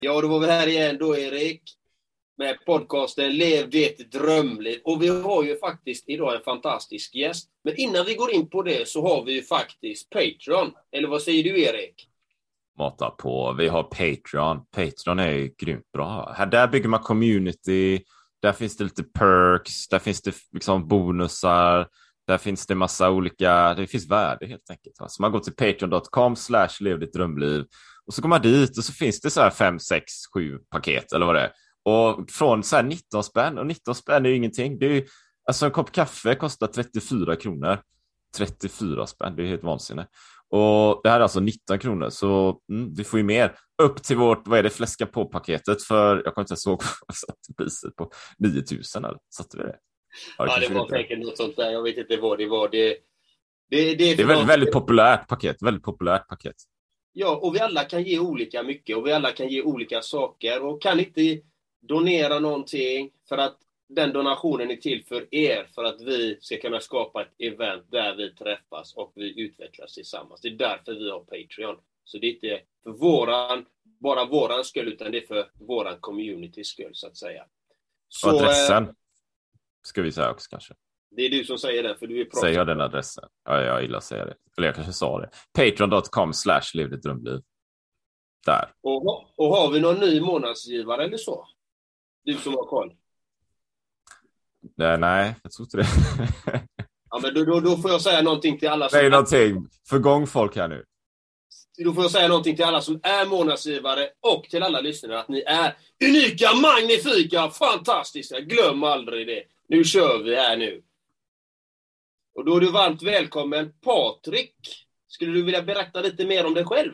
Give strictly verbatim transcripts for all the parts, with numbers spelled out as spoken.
Ja, då var vi här igen då, Erik. Med podcasten Lev det drömliv. Och vi har ju faktiskt idag en fantastisk gäst. Men innan vi går in på det så har vi ju faktiskt Patreon. Eller vad säger du, Erik? Mata på. Vi har Patreon. Patreon är ju grymt bra. Här där bygger man community. Där finns det lite perks. Där finns det liksom bonusar. Där finns det massa olika... Det finns värde helt enkelt. Så man går till patreon dot com slash lev ditt drömliv. Och så går man dit och så finns det så här fem, sex, sju paket eller vad det är. Och från så här nitton spänn. Och nitton spänn är ju ingenting. Det är ju, alltså en kopp kaffe kostar trettiofyra kronor. trettiofyra spänn, det är helt vansinnigt. Och det här är alltså nitton kronor. Så mm, vi får ju mer. Upp till vårt, vad är det, fläska på paketet. För jag kommer inte ihåg vad satt priset på nio tusen eller satte vi det? Ja, det, ja, det var säkert något sånt där. Jag vet inte vad det var. Det, det, det är, det är väldigt, väldigt populärt paket. Väldigt populärt paket. Ja, och vi alla kan ge olika mycket. Och vi alla kan ge olika saker. Och kan inte donera någonting för att den donationen är till för er. För att vi ska kunna skapa ett event där vi träffas och vi utvecklas tillsammans. Det är därför vi har Patreon. Så det är inte för våran, bara våran skull, utan det är för våran community skull, så att säga. Så, och adressen eh, ska vi säga också kanske. Det är du som säger det, för du är proffs. Säger jag den adressen? Ja, jag gillar att säga det. Eller jag kanske sa det. patreon dot com slash lev ditt drömliv. Där. Och, och har vi någon ny månadsgivare eller så? Du som har koll. Nej, nej jag tror inte det. Ja, men då, då, då får jag säga någonting till alla som... Nej, någonting. Förgång folk här nu. Då får jag säga någonting till alla som är månadsgivare och till alla lyssnare att ni är unika, magnifika, fantastiska. Glöm aldrig det. Nu kör vi här nu. Och då är du varmt välkommen. Patrik, skulle du vilja berätta lite mer om dig själv?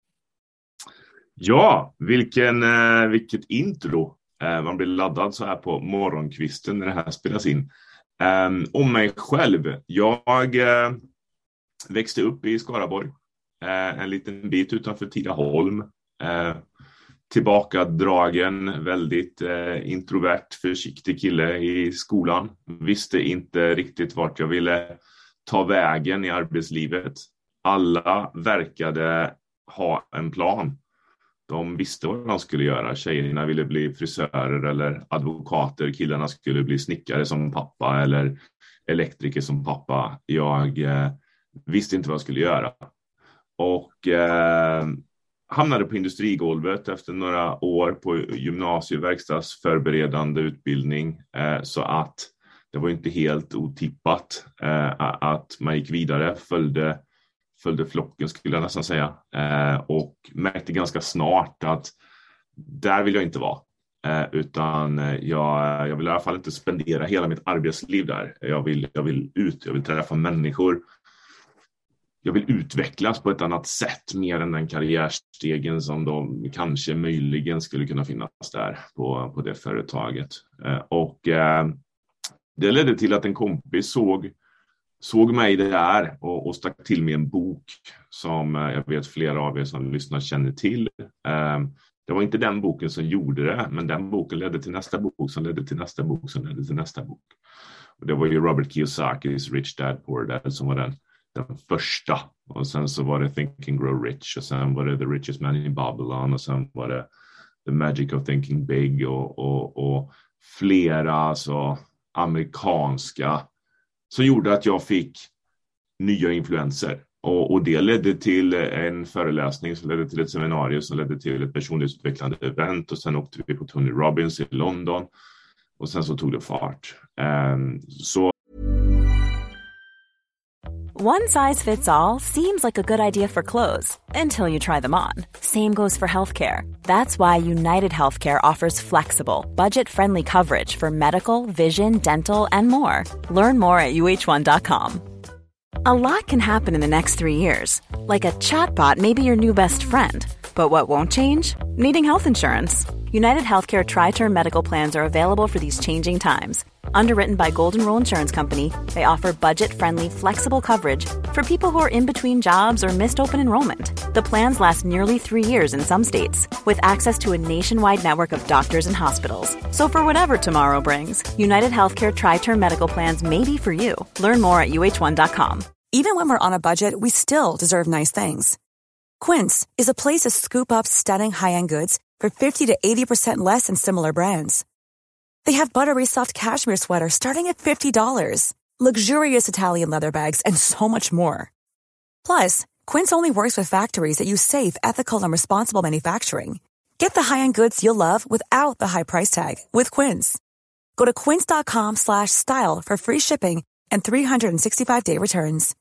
Ja, vilken, eh, vilket intro. Eh, man blir laddad så här på morgonkvisten när det här spelas in. Eh, om mig själv. Jag eh, växte upp i Skaraborg. Eh, en liten bit utanför Tidaholm. Eh, tillbakadragen, väldigt eh, introvert, försiktig kille i skolan. Visste inte riktigt vart jag ville ta vägen i arbetslivet. Alla verkade ha en plan. De visste vad de skulle göra. Tjejerna ville bli frisörer eller advokater. Killarna skulle bli snickare som pappa eller elektriker som pappa. Jag eh, visste inte vad jag skulle göra. Och eh, hamnade på industrigolvet efter några år på gymnasieverkstadsförberedande utbildning. Eh, så att det var inte helt otippat eh, att man gick vidare, följde, följde flocken skulle jag nästan säga. Eh, och märkte ganska snart att där vill jag inte vara. Eh, utan jag, jag vill i alla fall inte spendera hela mitt arbetsliv där. Jag vill, jag vill ut, jag vill träffa människor. Jag vill utvecklas på ett annat sätt mer än den karriärstegen som de kanske möjligen skulle kunna finnas där på, på det företaget. Eh, och eh, det ledde till att en kompis såg, såg mig där och, och stack till med en bok som eh, jag vet flera av er som lyssnar känner till. Eh, det var inte den boken som gjorde det, men den boken ledde till nästa bok som ledde till nästa bok som ledde till nästa bok. Och det var ju Robert Kiyosakis Rich Dad Poor Dad som var den den första, och sen så var det Think and Grow Rich, och sen var det The Richest Man in Babylon, och sen var det The Magic of Thinking Big och, och, och flera alltså, amerikanska som gjorde att jag fick nya influenser, och, och det ledde till en föreläsning som ledde till ett seminarium som ledde till ett personlighetsutvecklande event, och sen åkte vi på Tony Robbins i London, och sen så tog det fart. Um, så One size fits all seems like a good idea for clothes until you try them on. Same goes for healthcare. That's why United Healthcare offers flexible, budget-friendly coverage for medical, vision, dental, and more. Learn more at U H one dot com. A lot can happen in the next three years. Like a chatbot may be your new best friend. But what won't change? Needing health insurance. United Healthcare Tri-Term Medical Plans are available for these changing times. Underwritten by Golden Rule Insurance Company, they offer budget-friendly, flexible coverage for people who are in between jobs or missed open enrollment. The plans last nearly three years in some states, with access to a nationwide network of doctors and hospitals. So for whatever tomorrow brings, United Healthcare Tri-Term Medical Plans may be for you. Learn more at U H one dot com. Even when we're on a budget, we still deserve nice things. Quince is a place to scoop up stunning high-end goods for fifty to eighty percent less than similar brands. They have buttery soft cashmere sweaters starting at fifty dollars, luxurious Italian leather bags, and so much more. Plus, Quince only works with factories that use safe, ethical, and responsible manufacturing. Get the high-end goods you'll love without the high price tag with Quince. Go to quince.com slash style for free shipping and three sixty-five day returns.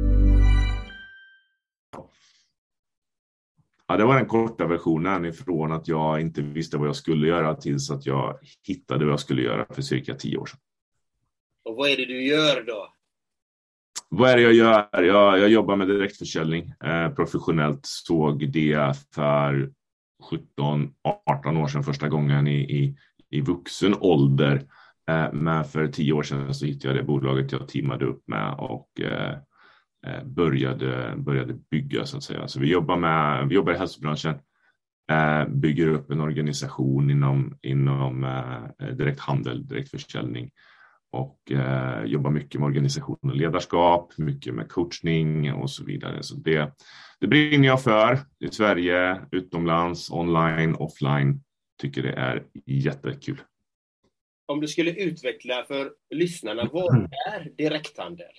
Ja, det var den korta versionen ifrån att jag inte visste vad jag skulle göra tills att jag hittade vad jag skulle göra för cirka tio år sedan. Och vad är det du gör då? Vad är det jag gör? Jag, jag jobbar med direktförsäljning. Eh, professionellt såg det för sjutton arton år sedan första gången i, i, i vuxen ålder. Eh, men för tio år sedan så hittade jag det bolaget jag teamade upp med och eh, började, började bygga så att säga. Så vi jobbar, med, vi jobbar i hälsobranschen. Eh, bygger upp en organisation inom, inom eh, direkthandel, direktförsäljning. Och eh, jobbar mycket med organisation och ledarskap, mycket med coachning och så vidare. Så det, det brinner jag för i Sverige, utomlands, online, offline. Tycker det är jättekul. Om du skulle utveckla för lyssnarna, vad är direkthandel?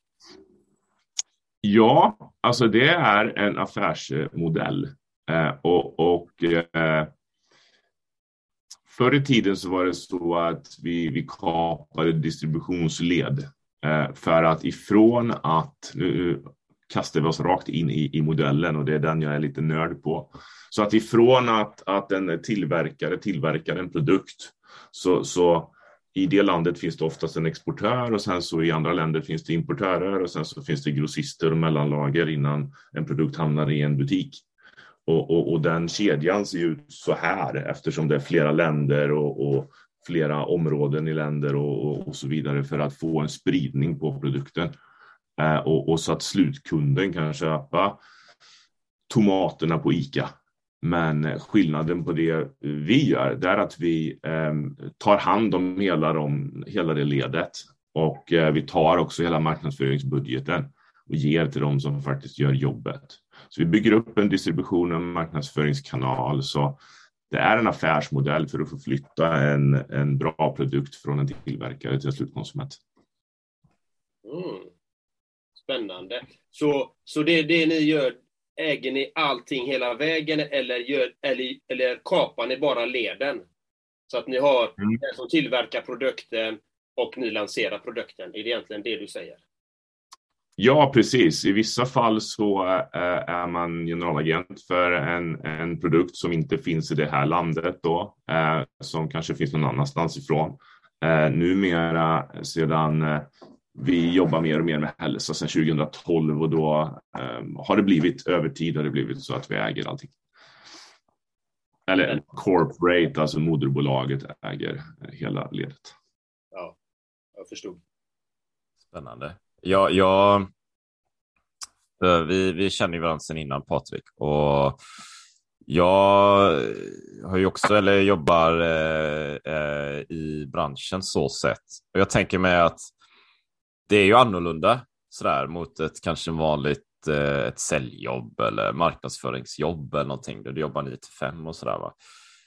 Ja, alltså det är en affärsmodell. Eh, och och eh, förr i tiden så var det så att vi, vi kapade distributionsled eh, för att ifrån att, nu kastar vi oss rakt in i, i modellen och det är den jag är lite nörd på. Så att ifrån att, att en tillverkare tillverkar en produkt så, så i det landet finns det oftast en exportör och sen så i andra länder finns det importörer och sen så finns det grossister och mellanlager innan en produkt hamnar i en butik. Och, och, och den kedjan ser ut så här eftersom det är flera länder och, och flera områden i länder och, och, och så vidare för att få en spridning på produkten. Eh, och, och så att slutkunden kan köpa tomaterna på ICA. Men skillnaden på det vi gör det är att vi eh, tar hand om hela, de, hela det ledet. Och eh, vi tar också hela marknadsföringsbudgeten och ger till de som faktiskt gör jobbet. Så vi bygger upp en distribution och en marknadsföringskanal. Så det är en affärsmodell för att få flytta en, en bra produkt från en tillverkare till en slutkonsument. Mm. Spännande. Så, så det, det ni gör, äger ni allting hela vägen eller, gör, eller, eller kapar ni bara leden? Så att ni har mm. den som tillverkar produkten och ni lanserar produkten. Är det egentligen det du säger? Ja, precis. I vissa fall så är man generalagent för en, en produkt som inte finns i det här landet då, som kanske finns någon annanstans ifrån. Numera sedan vi jobbar mer och mer med hälsa sedan tjugohundratolv och då har det blivit över tid har det blivit så att vi äger allting. Eller corporate, alltså moderbolaget äger hela ledet. Ja, jag förstod. Spännande. Ja, jag, vi, vi känner ju varandra sedan innan, Patrik, och jag har ju också, eller jobbar eh, i branschen så sett. Och jag tänker mig att det är ju annorlunda sådär mot ett kanske vanligt eh, ett säljjobb eller marknadsföringsjobb eller någonting där du jobbar nio till fem och sådär va.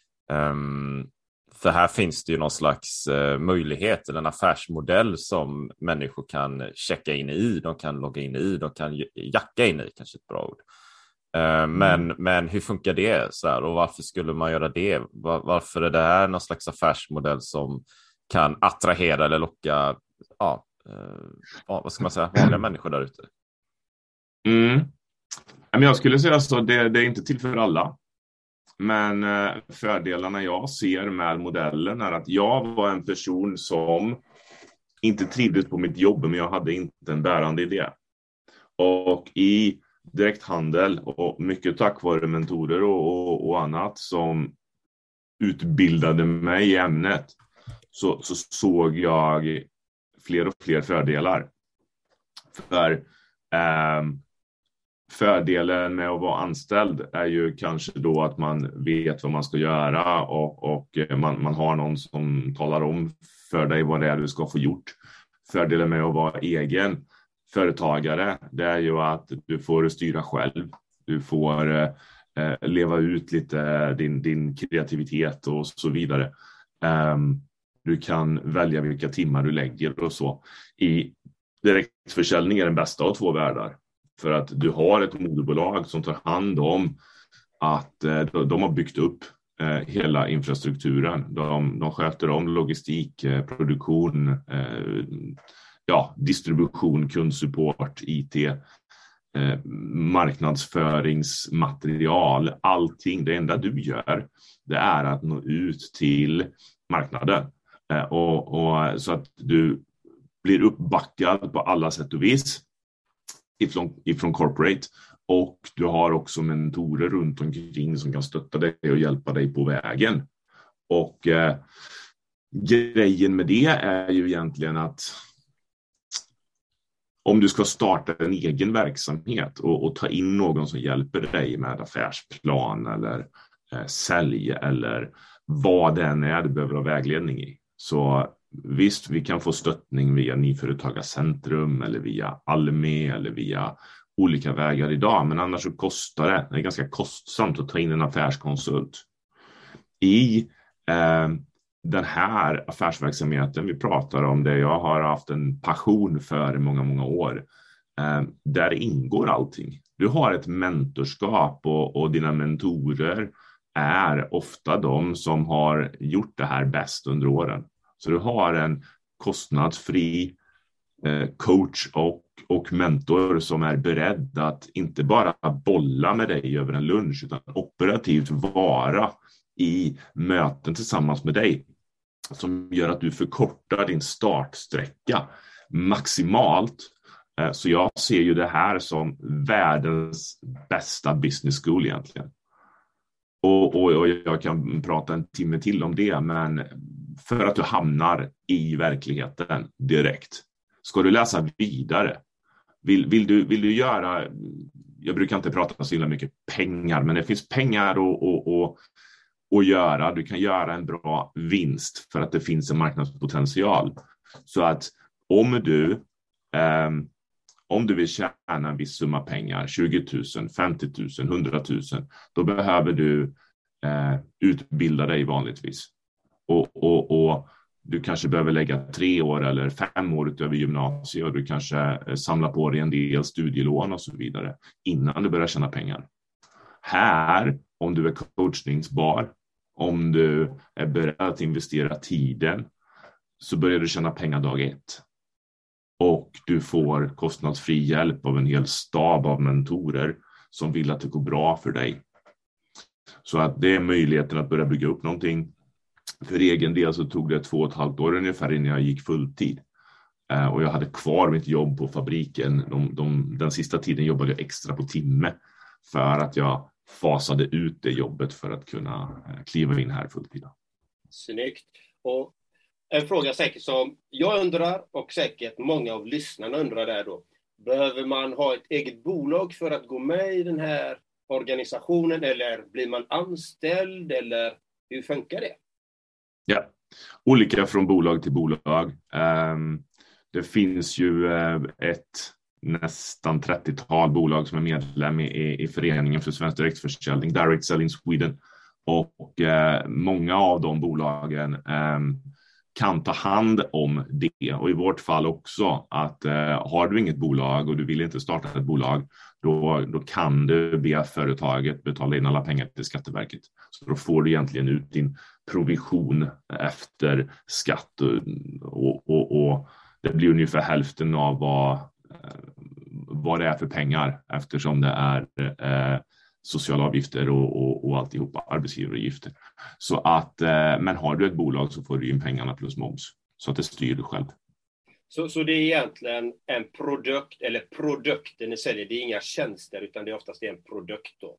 Um, För här finns det ju någon slags eh, möjlighet eller en affärsmodell som människor kan checka in i, de kan logga in i, de kan jacka in i, kanske ett bra ord. Eh, men, mm. men hur funkar det så här, och varför skulle man göra det? Var, varför är det här någon slags affärsmodell som kan attrahera eller locka, ja, eh, vad ska man säga, vanliga människor där ute? Mm. Jag skulle säga så, det, det är inte till för alla. Men fördelarna jag ser med modellen är att jag var en person som inte trivdes på mitt jobb, men jag hade inte en bärande idé. Och i direkthandel och mycket tack vare mentorer och, och, och annat som utbildade mig i ämnet så, så såg jag fler och fler fördelar. För eh, fördelen med att vara anställd är ju kanske då att man vet vad man ska göra och, och man, man har någon som talar om för dig vad det är du ska få gjort. Fördelen med att vara egen företagare, det är ju att du får styra själv. Du får eh, leva ut lite din, din kreativitet och så vidare. Um, du kan välja vilka timmar du lägger och så. I direktförsäljning är den bästa av två världar. För att du har ett moderbolag som tar hand om att eh, de, de har byggt upp eh, hela infrastrukturen. De, de sköter om logistik, eh, produktion, eh, ja, distribution, kundsupport, I T, eh, marknadsföringsmaterial, allting. Det enda du gör, det är att nå ut till marknaden. Eh, och, och, så att du blir uppbackad på alla sätt och vis ifrån, ifrån corporate. Och du har också mentorer runt omkring som kan stötta dig och hjälpa dig på vägen. Och eh, grejen med det är ju egentligen att om du ska starta en egen verksamhet och, och ta in någon som hjälper dig med affärsplan eller eh, sälj eller vad det än är du behöver ha vägledning i. Så visst, vi kan få stöttning via Nyföretagarcentrum eller via Almi eller via olika vägar idag. Men annars så kostar det, det är ganska kostsamt att ta in en affärskonsult. I eh, den här affärsverksamheten vi pratar om, det jag har haft en passion för i många, många år. Eh, där ingår allting. Du har ett mentorskap och, och dina mentorer är ofta de som har gjort det här bäst under åren. Så du har en kostnadsfri eh, coach och, och mentor som är beredd att inte bara bolla med dig över en lunch utan operativt vara i möten tillsammans med dig. Som gör att du förkortar din startsträcka maximalt. Eh, så jag ser ju det här som världens bästa business school egentligen. Och, och, och jag kan prata en timme till om det, men för att du hamnar i verkligheten direkt. Ska du läsa vidare? Vill, vill, du, vill du göra, jag brukar inte prata så himla mycket pengar, men det finns pengar att, att, att, att göra. Du kan göra en bra vinst för att det finns en marknadspotential. Så att om du, eh, om du vill tjäna en viss summa pengar, tjugo tusen, femtio tusen, hundra tusen, då behöver du eh, utbilda dig vanligtvis. Och, och, och du kanske behöver lägga tre år eller fem år utöver gymnasiet och du kanske samlar på dig en del studielån och så vidare innan du börjar tjäna pengar. Här, om du är coachningsbar, om du är beredd att investera tiden, så börjar du tjäna pengar dag ett. Och du får kostnadsfri hjälp av en hel stab av mentorer som vill att det går bra för dig. Så att det är möjligheten att börja bygga upp någonting. För egen del så tog det två och ett halvt år ungefär innan jag gick fulltid. Eh, och jag hade kvar mitt jobb på fabriken. De, de, den sista tiden jobbade jag extra på timme för att jag fasade ut det jobbet för att kunna eh, kliva in här fulltid. Snyggt. Och en fråga säkert som jag undrar och säkert många av lyssnarna undrar där då. Behöver man ha ett eget bolag för att gå med i den här organisationen eller blir man anställd eller hur funkar det? Ja, olika från bolag till bolag. Um, det finns ju uh, ett nästan trettiotal bolag som är medlem i, i föreningen för svensk direktförsäljning, Direct Selling Sweden. Och uh, många av de bolagen um, kan ta hand om det. Och i vårt fall också att uh, har du inget bolag och du vill inte starta ett bolag, då, då kan du be företaget betala in alla pengar till Skatteverket. Så då får du egentligen ut din provision efter skatt och, och, och det blir ungefär hälften av vad, vad det är för pengar eftersom det är eh, sociala avgifter och, och, och alltihopa, arbetsgivaravgifter. Så att, eh, men har du ett bolag så får du in pengarna plus moms. Så att det styr du själv. Så, så det är egentligen en produkt, eller produkten ni säljer, det är inga tjänster utan det är oftast en produkt då?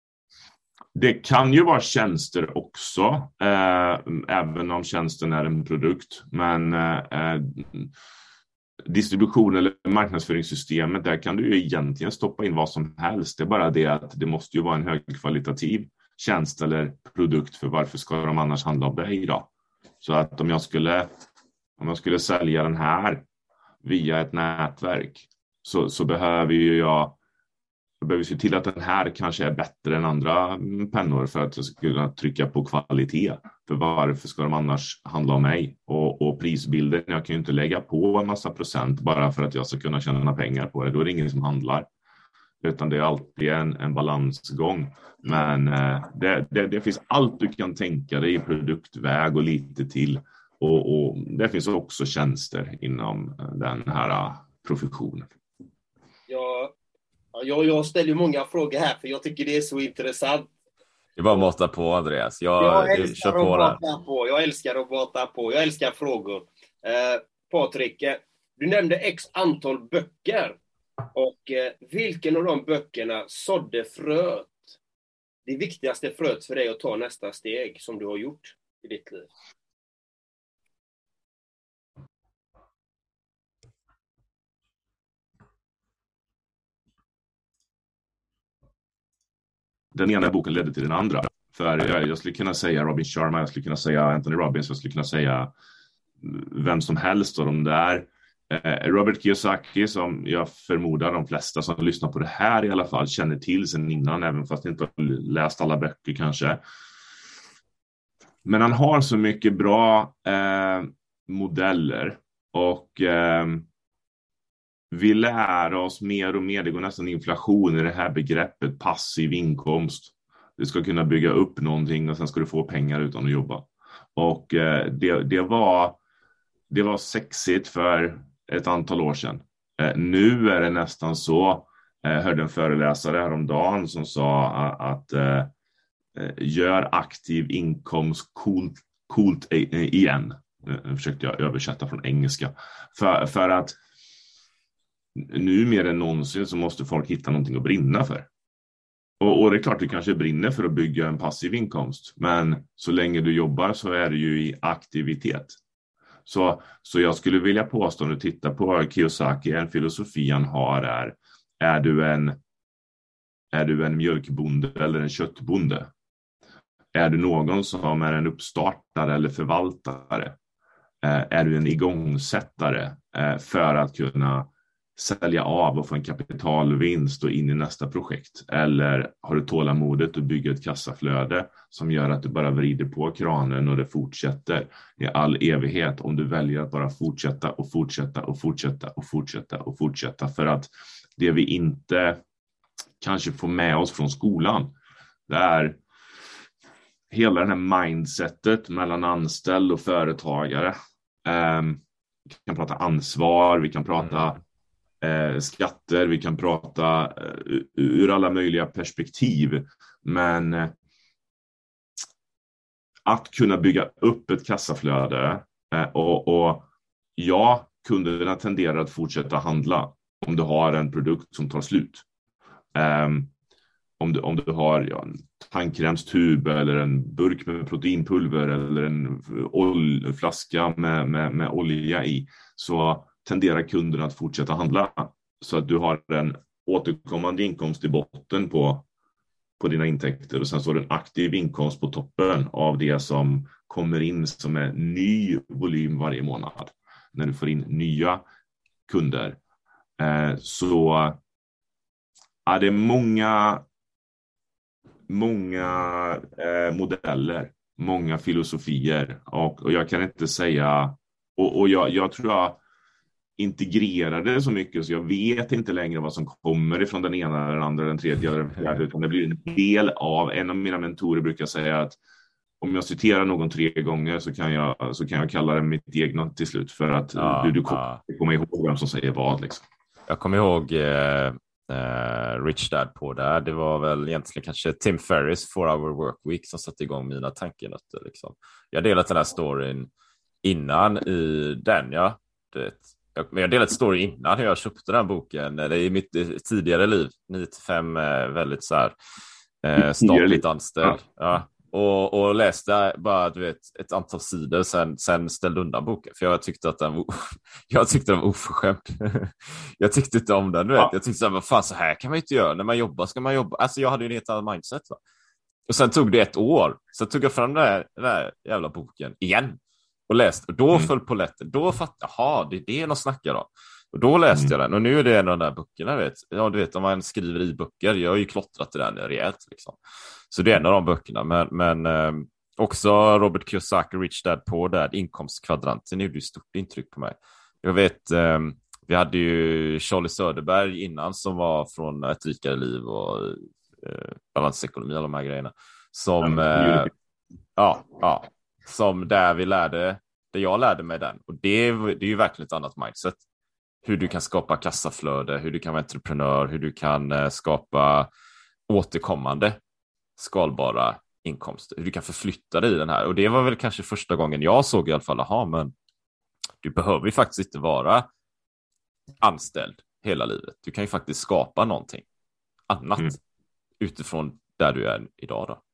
Det kan ju vara tjänster också, eh, även om tjänsten är en produkt. Men eh, distribution eller marknadsföringssystemet, där kan du ju egentligen stoppa in vad som helst. Det är bara det att det måste ju vara en högkvalitativ tjänst eller produkt, för varför ska de annars handla om dig då? Så att om jag skulle, om jag skulle sälja den här via ett nätverk så, så behöver ju jag Jag behöver se till att den här kanske är bättre än andra pennor för att jag ska kunna trycka på kvalitet. För varför ska de annars handla om mig? Och, och prisbilden, jag kan ju inte lägga på en massa procent bara för att jag ska kunna tjäna pengar på det. Då är det ingen som handlar. Utan det är alltid en, en balansgång. Men eh, det, det, det finns allt du kan tänka dig i produktväg och lite till. Och, och det finns också tjänster inom den här professionen. Ja, jag, jag ställer många frågor här för jag tycker det är så intressant. Det är bara att mata på, Andreas. Jag, jag jag älskar kör på att mata på. Jag älskar att mata på. Jag älskar frågor. Eh, Patrik, du nämnde x antal böcker. Och eh, vilken av de böckerna sådde fröet? Det viktigaste fröet för dig att ta nästa steg som du har gjort i ditt liv? Den ena boken ledde till den andra. För jag, jag skulle kunna säga Robin Sharma, jag skulle kunna säga Anthony Robbins, jag skulle kunna säga vem som helst av de där. Eh, Robert Kiyosaki, som jag förmodar de flesta som lyssnar på det här i alla fall känner till sen innan, även fast jag inte har läst alla böcker kanske. Men han har så mycket bra eh, modeller och eh, vi lär oss mer och mer, det går nästan inflation i det här begreppet passiv inkomst. Du ska kunna bygga upp någonting och sen ska du få pengar utan att jobba. Och eh, det, det, var, det var sexigt för ett antal år sedan. Eh, nu är det nästan så. Jag eh, hörde en föreläsare häromdagen som sa att eh, gör aktiv inkomst coolt, coolt igen. Nu försökte jag översätta från engelska. För, för att nu mer än någonsin så måste folk hitta någonting att brinna för. Och, och det är klart du kanske brinner för att bygga en passiv inkomst. Men så länge du jobbar så är du ju i aktivitet. Så, så jag skulle vilja påstå, när du tittar på Kiyosaki, en filosofi han har är, är du en, är du en mjölkbonde eller en köttbonde? Är du någon som är en uppstartare eller förvaltare? Är du en igångsättare för att kunna sälja av och få en kapitalvinst och in i nästa projekt? Eller har du tålamodet att bygga ett kassaflöde som gör att du bara vrider på kranen och det fortsätter i all evighet, om du väljer att bara fortsätta och fortsätta och fortsätta och fortsätta och fortsätta? För att det vi inte kanske får med oss från skolan, det är hela det här mindsetet mellan anställd och företagare. Um, vi kan prata ansvar, vi kan prata eh, skatter, vi kan prata uh, ur alla möjliga perspektiv. Men uh, att kunna bygga upp ett kassaflöde uh, och, och ja, kunderna tenderar att fortsätta handla om du har en produkt som tar slut. Um, Om du, om du har ja, en tandkrämstub eller en burk med proteinpulver eller en ol- flaska med, med, med olja i, så tenderar kunderna att fortsätta handla. Så att du har en återkommande inkomst i botten på, på dina intäkter, och sen så har du en aktiv inkomst på toppen av det som kommer in som är ny volym varje månad. När du får in nya kunder. Eh, så ja, det är många många eh, modeller, många filosofier, och, och jag kan inte säga, och, och jag, jag tror jag integrerade så mycket så jag vet inte längre vad som kommer ifrån den ena, den andra, den tredje eller den fjärde, utan det blir en del av. En av mina mentorer brukar säga att om jag citerar någon tre gånger så kan jag, så kan jag kalla det mitt egna till slut, för att ja, du, du kommer ja. kommer ihåg vem som säger vad liksom. Jag kommer ihåg eh... Uh, Rich Dad på där. Det var väl egentligen kanske Tim Ferriss four hour work week som satte igång mina tankenötter liksom. Jag delat den här storyn innan i den, ja. Det, jag, men jag delat story innan jag köpte den boken. Det är i mitt tidigare liv, nio till fem, eh, väldigt så här eh, statligt anställd. Ja. Ja. Och, och läste bara, du vet, ett antal sidor, sen, sen ställde undan boken. För jag tyckte att den, jag tyckte den var oförskämd. Jag tyckte inte om den, du vet. Ja. Jag tyckte så här, vad fan, så här kan man inte göra. När man jobbar ska man jobba. Alltså jag hade ju en helt annan mindset. Va? Och sen tog det ett år. Så tog jag fram den här, den här jävla boken igen. Och läste. Och då mm. föll på lätten. Då fattade jag, jaha, det är det de snackar om. Och då läste jag den, och nu är det en av de där böckerna, vet. Ja, du vet, om man skriver i böcker, jag har ju klottrat i den rejält liksom. Så det är en av de böckerna, men, men eh, också Robert Kiyosaki, Rich Dad Poor Dad, inkomstkvadranten, gjorde ju stort intryck på mig. Jag vet, eh, vi hade ju Charlie Söderberg innan som var från Ett rikare liv och eh, balansekonomi och alla de här grejerna. Som, eh, ja, ja, som där vi lärde, där jag lärde mig den. Och det, det är ju verkligen ett annat mindset. Hur du kan skapa kassaflöde, hur du kan vara entreprenör, hur du kan eh, skapa återkommande skalbara inkomster, hur du kan förflytta dig i den här. Och det var väl kanske första gången jag såg i alla fall, aha, men du behöver ju faktiskt inte vara anställd hela livet. Du kan ju faktiskt skapa någonting annat mm. utifrån där du är idag då.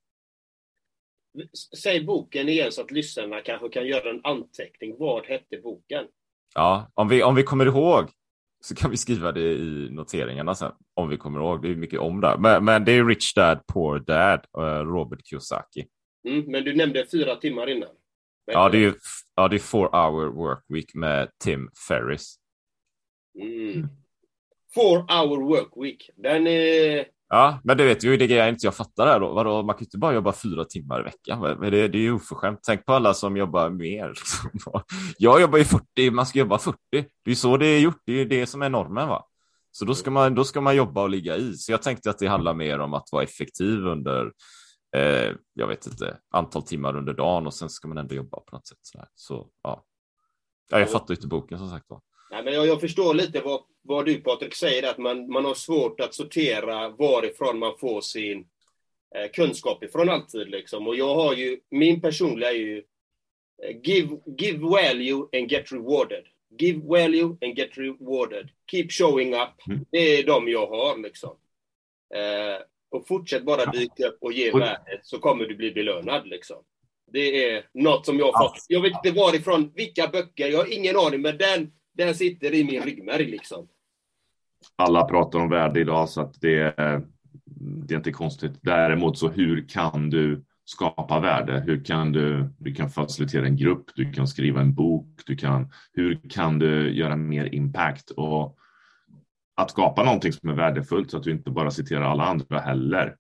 Säg boken igen så att lyssnarna kanske kan göra en anteckning. Vad hette boken? Ja, om vi, om vi kommer ihåg så kan vi skriva det i noteringarna sen. Om vi kommer ihåg, det är mycket om det. Men, men det är Rich Dad, Poor Dad, Robert Kiyosaki. Mm, men du nämnde fyra timmar innan. Ja det, är, ja, det är Four Hour Work Week med Tim Ferriss. Mm. Four Hour Work Week. Den är... Ja, men det vet ju, det grejer inte jag fattar det här då. Vadå, man kan inte bara jobba fyra timmar i veckan. Men det, det är ju oförskämt. Tänk på alla som jobbar mer. Liksom. Jag jobbar ju fyrtio, man ska jobba fyrtio. Det är ju så det är gjort, det är det som är normen va. Så då ska man, då ska man jobba och ligga i. Så jag tänkte att det handlar mer om att vara effektiv under, eh, jag vet inte, antal timmar under dagen. Och sen ska man ändå jobba på något sätt. Så, så ja. ja, jag fattar inte boken som sagt va. Nej, men jag, jag förstår lite vad, vad du Patrik säger, att man, man har svårt att sortera varifrån man får sin eh, kunskap ifrån alltid liksom. Och jag har ju, min personliga är ju eh, give, give value and get rewarded. Give value and get rewarded. Keep showing up. Mm. Det är de jag har liksom. Eh, och fortsätt bara dyka upp och ge och... värde, så kommer du bli belönad liksom. Det är något som jag har fått. Jag vet inte varifrån, vilka böcker, jag har ingen aning, men den Den sitter i min ryggmärg liksom. Alla pratar om värde idag så att det är, det är inte konstigt. Däremot så hur kan du skapa värde? Hur kan du, du kan facilitera en grupp, du kan skriva en bok, du kan, hur kan du göra mer impact? Och att skapa någonting som är värdefullt så att du inte bara citerar alla andra heller.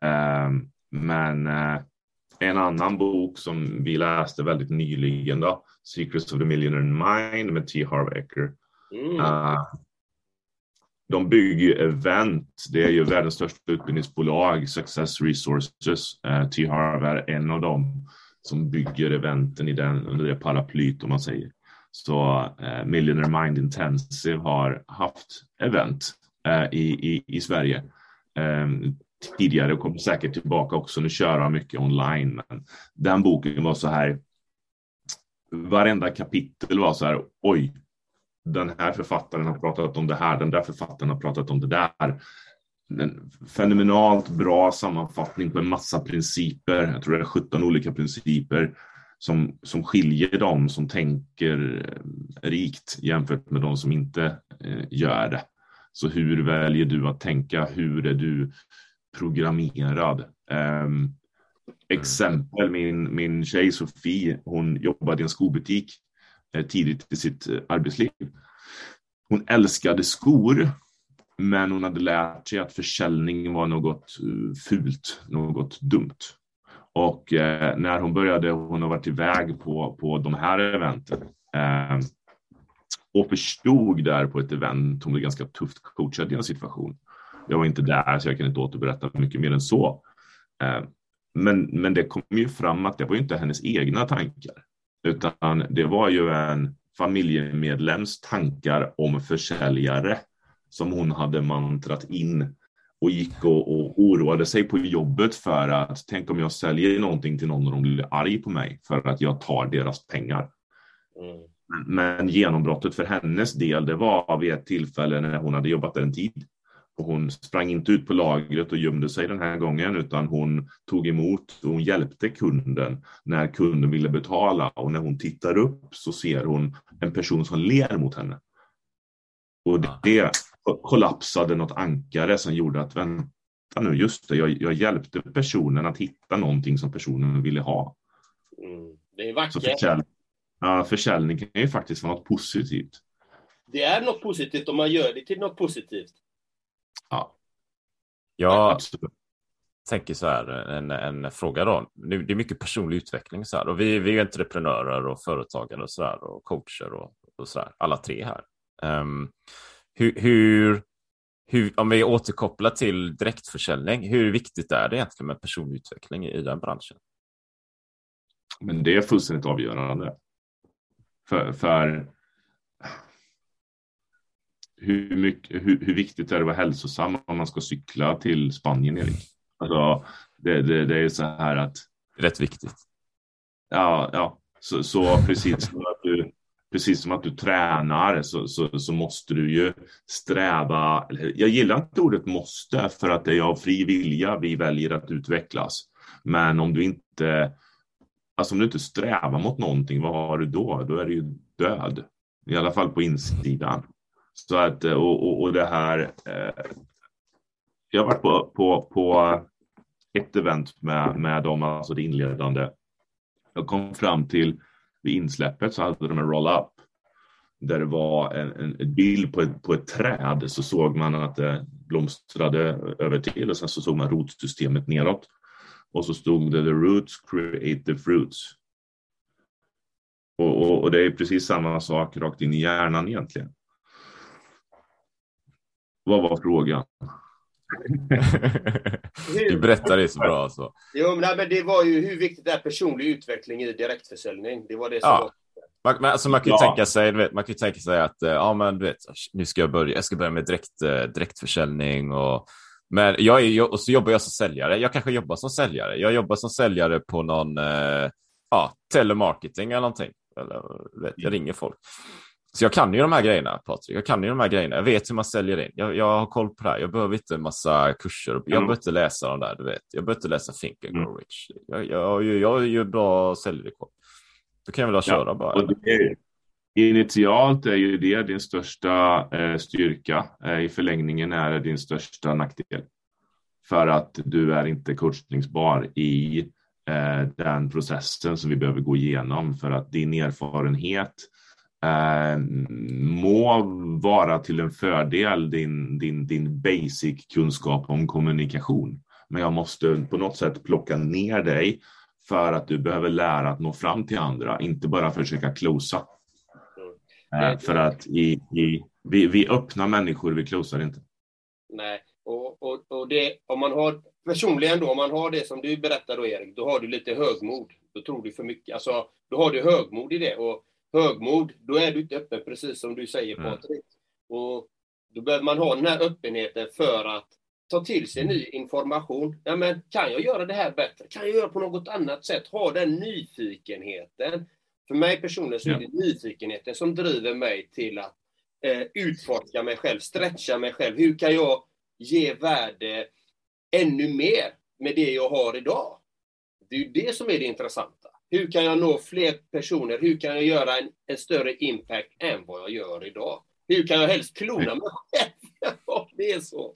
Men en annan bok som vi läste väldigt nyligen då, Secrets of the Millionaire Mind med T. Harv Eker. Mm. Uh, de bygger event. Det är ju världens största utbildningsbolag, Success Resources. Uh, T. Harv är en av dem som bygger eventen i den, under det paraplyt om man säger. Så uh, Millionaire Mind Intensive har haft event uh, i, i, i Sverige. Um, tidigare och kommer säkert tillbaka också. Nu kör han mycket online. Men den boken var så här. Varenda kapitel var så här. Oj, den här författaren har pratat om det här. Den där författaren har pratat om det där. En fenomenalt bra sammanfattning på en massa principer. Jag tror det är sjutton olika principer. Som, som skiljer dem som tänker rikt jämfört med de som inte eh, gör det. Så hur väljer du att tänka? Hur är du programmerad? Um, exempel, min, min tjej Sofie, hon jobbade i en skobutik eh, tidigt i sitt eh, arbetsliv. Hon älskade skor, men hon hade lärt sig att försäljning var något uh, fult, något dumt. Och eh, när hon började, hon har varit iväg på, på de här eventen eh, och förstod där på ett event, hon blev ganska tufft coachad i en situation. Jag var inte där så jag kan inte återberätta mycket mer än så. Eh, men, men det kom ju fram att det var inte hennes egna tankar. Utan det var ju en familjemedlems tankar om försäljare som hon hade mantrat in. Och gick och, och oroade sig på jobbet för att tänk om jag säljer någonting till någon och de blir arg på mig för att jag tar deras pengar. Mm. Men genombrottet för hennes del, det var vid ett tillfälle när hon hade jobbat där en tid. Och hon sprang inte ut på lagret och gömde sig den här gången, utan hon tog emot och hon hjälpte kunden när kunden ville betala. Och när hon tittar upp så ser hon en person som ler mot henne. Och det, det kollapsade något ankare som gjorde att vänta nu, just det, jag, jag hjälpte personen att hitta någonting som personen ville ha. Mm, det är vackert. Så försäljning, ja, försäljning kan ju faktiskt vara något positivt. det är något positivt om man gör det till något positivt. Ja, Jag absolut. tänker så här, en, en fråga då. Det är mycket personlig utveckling så här, och vi, vi är entreprenörer och företagare och så här, och coacher och, och så här, alla tre här. Um, hur, hur, hur, om vi återkopplar till direktförsäljning, hur viktigt är det egentligen med personlig utveckling i den branschen? Men det är fullständigt avgörande. För, för hur, mycket, hur, hur viktigt är det att vara hälsosam om man ska cykla till Spanien, Erik? Alltså, det, det, det är så här att... Rätt viktigt. Ja, ja. Så, så precis, som att du, precis som att du tränar så, så, så måste du ju sträva... Jag gillar inte ordet måste, för att det är av fri vilja vi väljer att utvecklas. Men om du inte... Alltså om du inte strävar mot någonting, vad har du då? Då är du ju död. I alla fall på insidan. Så att, och, och, och det här... Eh, jag har varit på, på, på ett event med, med dem, alltså det inledande. Jag kom fram till, vid insläppet så hade de en roll-up. Där det var en, en, en bild på ett, på ett träd, så såg man att det blomstrade över till. Och sen så såg man rotsystemet neråt. Och så stod det: the roots create the fruits. Och, och, och det är precis samma sak rakt in i hjärnan egentligen. Vad var frågan? Du berättar det så bra alltså. Jo, men, men det var ju hur viktigt är personlig utveckling i direktförsäljning. Det var det som ja. var... Man, alltså man kan ju Ja. tänka sig, vet, man kan ju tänka sig att ja, men du vet, nu ska jag börja, jag ska börja med direkt, direktförsäljning och men jag är, och så jobbar jag som säljare. Jag kanske jobbar som säljare. Jag jobbar som säljare på någon eh, ja, telemarketing eller någonting. Eller, vet, jag ringer folk. Så jag kan ju de här grejerna, Patrik. Jag kan ju de här grejerna. Jag vet hur man säljer in. Jag, jag har koll på det här. Jag behöver inte en massa kurser. Jag behöver inte läsa dem där, du vet. Jag behöver inte läsa Think and Grow Rich. Jag, jag, jag, jag är ju bra säljrekord. Då kan jag väl köra ja, bara. Och det är, initialt är ju det din största eh, styrka. Eh, I förlängningen är det din största nackdel. För att du är inte coachningsbar i eh, den processen som vi behöver gå igenom. För att din erfarenhet eh, må vara till en fördel din, din, din basic kunskap om kommunikation. Men jag måste på något sätt plocka ner dig för att du behöver lära att nå fram till andra. Inte bara försöka closa. Eh, för att i, i, vi, vi öppnar människor, vi closar inte. Nej, och, och, och det, om man har, personligen då, om man har det som du berättar då, Erik, då har du lite högmod. Då tror du för mycket. Alltså, då har du högmod i det. Och högmod, då är du inte öppen, precis som du säger, Patrik. Mm. Och då behöver man ha den här öppenheten för att ta till sig ny information. Ja, men kan jag göra det här bättre? Kan jag göra på något annat sätt? Ha den nyfikenheten. För mig personligen så är det nyfikenheten som driver mig till att eh, utforska mig själv, stretcha mig själv. Hur kan jag ge värde ännu mer med det jag har idag? Det är ju det som är det intressanta. Hur kan jag nå fler personer? Hur kan jag göra en, en större impact än vad jag gör idag? Hur kan jag helst klona mig själv? Ja, det är så.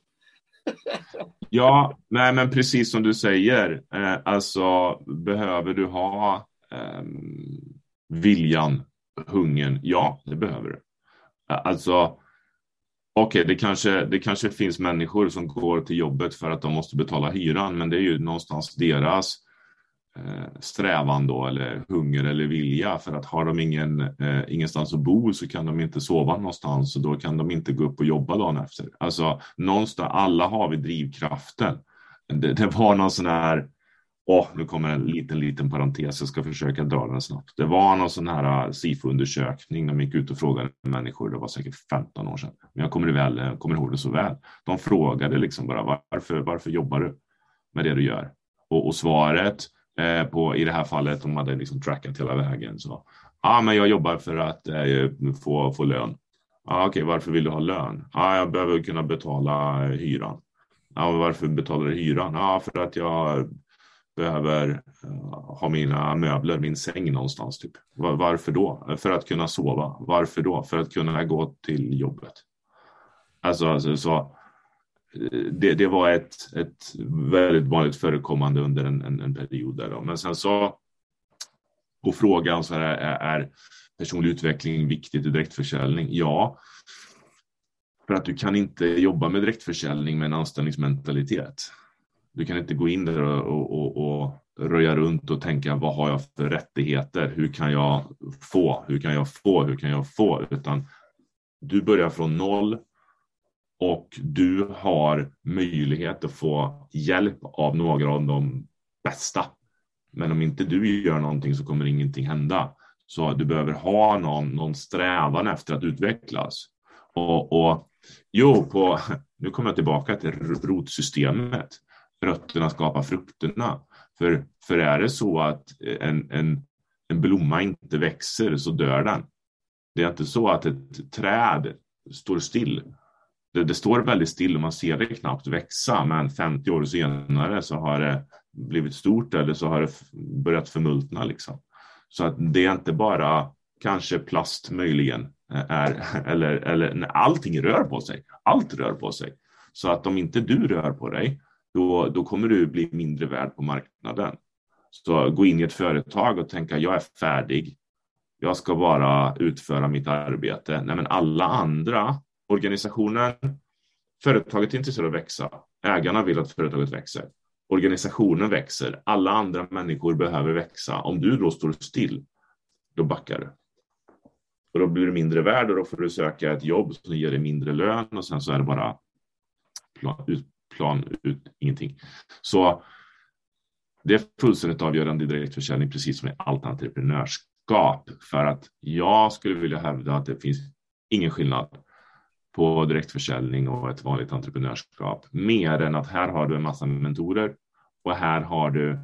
Ja, nej, men precis som du säger. Eh, alltså, behöver du ha eh, viljan, hungern? Ja, det behöver du. Alltså, okej, okay, det, kanske, det kanske finns människor som går till jobbet för att de måste betala hyran, men det är ju någonstans deras eh, strävan då, eller hunger eller vilja, för att har de ingen, eh, ingenstans att bo så kan de inte sova någonstans och då kan de inte gå upp och jobba dagen efter. Alltså, någonstans, alla har vi drivkraften. Det, det var någon sån här, åh, nu kommer en liten, liten parentes, jag ska försöka dra den snabbt. Det var någon sån här S I F O-undersökning, de gick ut och frågade människor, det var säkert femton år sedan, men jag kommer, väl, jag kommer ihåg det så väl. De frågade liksom bara, varför, varför jobbar du med det du gör? Och, och svaret eh, på, i det här fallet, de hade liksom trackat hela vägen, så ja, ah, men jag jobbar för att eh, få, få lön. Ah, okej, okay, varför vill du ha lön? Ah, jag behöver kunna betala hyran. Ah, varför betalar du hyran? Ah, för att jag behöver uh, ha mina möbler, min säng någonstans typ. Var, varför då? För att kunna sova. Varför då? För att kunna gå till jobbet. Alltså, alltså så det, det var ett, ett väldigt vanligt förekommande under en, en, en period där då. Men sen så på frågan så är, är personlig utveckling viktigt i direktförsäljning? Ja, för att du kan inte jobba med direktförsäljning med en anställningsmentalitet. Du kan inte gå in där och, och, och röja runt och tänka, vad har jag för rättigheter? Hur kan jag få? Hur kan jag få? Hur kan jag få? Utan du börjar från noll och du har möjlighet att få hjälp av några av de bästa. Men om inte du gör någonting så kommer ingenting hända. Så du behöver ha någon, någon strävan efter att utvecklas. Och, och jo, på, nu kommer jag tillbaka till rotsystemet. Rötterna skapar frukterna. För, för är det så att en, en, en blomma inte växer så dör den. Det är inte så att ett träd står still. Det, det står väldigt still och man ser det knappt växa. Men femtio år senare så har det blivit stort eller så har det börjat förmultna liksom. Så att det är inte bara kanske plast möjligen är, eller, eller när allting rör på sig. Allt rör på sig. Så att om inte du rör på dig, då, då kommer du bli mindre värd på marknaden. Så gå in i ett företag och tänka, jag är färdig. Jag ska bara utföra mitt arbete. Nej, men alla andra organisationer, företaget är intresserade av att växa. Ägarna vill att företaget växer. Organisationen växer. Alla andra människor behöver växa. Om du då står still, då backar du. Och då blir du mindre värd och då får du söka ett jobb som ger dig mindre lön och sen så är det bara plan ut, plan ut ingenting. Så det är fullständigt avgörande i direktförsäljning, precis som i allt entreprenörskap. För att jag skulle vilja hävda att det finns ingen skillnad på direktförsäljning och ett vanligt entreprenörskap. Mer än att här har du en massa mentorer och här har du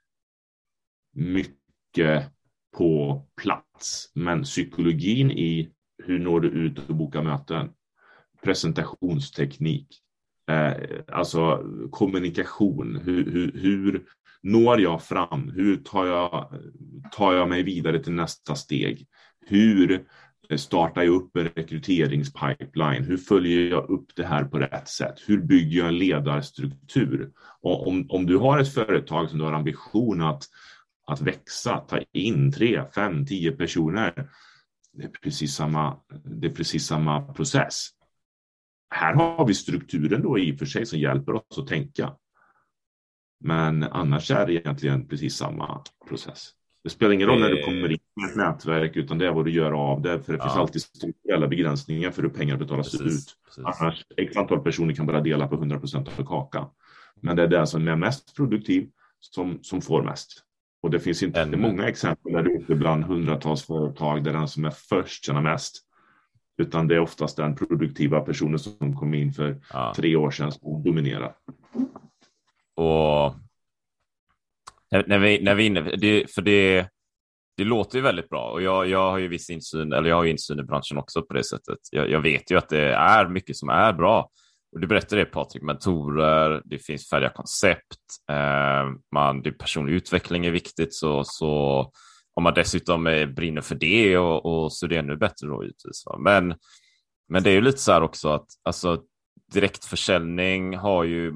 mycket på plats. Men psykologin i hur når du ut och boka möten, presentationsteknik, eh, alltså kommunikation, hur, hur, hur når jag fram, hur tar jag, tar jag mig vidare till nästa steg, hur startar jag upp en rekryteringspipeline, hur följer jag upp det här på rätt sätt, hur bygger jag en ledarstruktur. Och om, om du har ett företag som du har ambition att Att växa, ta in tre, fem, tio personer. Det är precis samma, det är precis samma process. Här har vi strukturen då i och för sig som hjälper oss att tänka. Men annars är det egentligen precis samma process. Det spelar ingen roll när du kommer in i ett nätverk, utan det är vad du gör av det. För det ja. finns alltid strukturella begränsningar för hur pengar betalas precis, ut. Precis. Annars ett antal personer kan bara dela på hundra procent av kakan. Men det är det som är mest produktiv som, som får mest. Och det finns inte mm. många exempel där ute bland hundratals företag där den som är först tjänar mest. Utan det är oftast den produktiva personen som kom in för ja. tre år sedan som dominerar. Och när vi, när vi inne, det, för det, det låter ju väldigt bra. Och jag, jag har ju viss insyn, eller jag har ju insyn i branschen också på det sättet. Jag, jag vet ju att det är mycket som är bra. Och du berättade det, Patrik, mentorer, det finns färdiga koncept, eh, man, det personlig utveckling är viktigt, så, så om man dessutom är, brinner för det och, och så är det ännu bättre då givetvis. Va? Men, men det är ju lite så här också att alltså, direktförsäljning har ju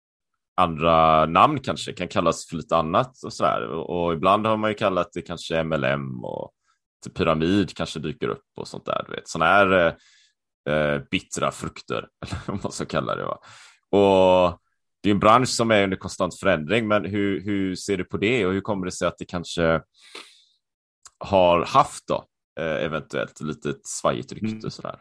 andra namn, kanske kan kallas för lite annat och så här. Och, och ibland har man ju kallat det kanske M L M och pyramid kanske dyker upp och sånt där, du vet. Sån här eh, Eh, bittra frukter, eller vad man så kallar det, va? Och det är en bransch som är under konstant förändring, men hur, hur ser du på det och hur kommer det sig att det kanske har haft då eh, eventuellt lite svajigt rykte mm. sådär?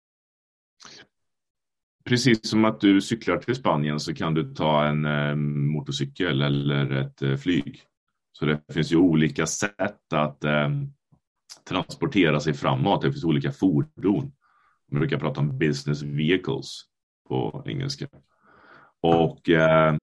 Precis som att du cyklar till Spanien så kan du ta en eh, motorcykel eller ett eh, flyg. Så det finns ju olika sätt att eh, transportera sig framåt. Det finns olika fordon. Man brukar prata om business vehicles på engelska. Och uh...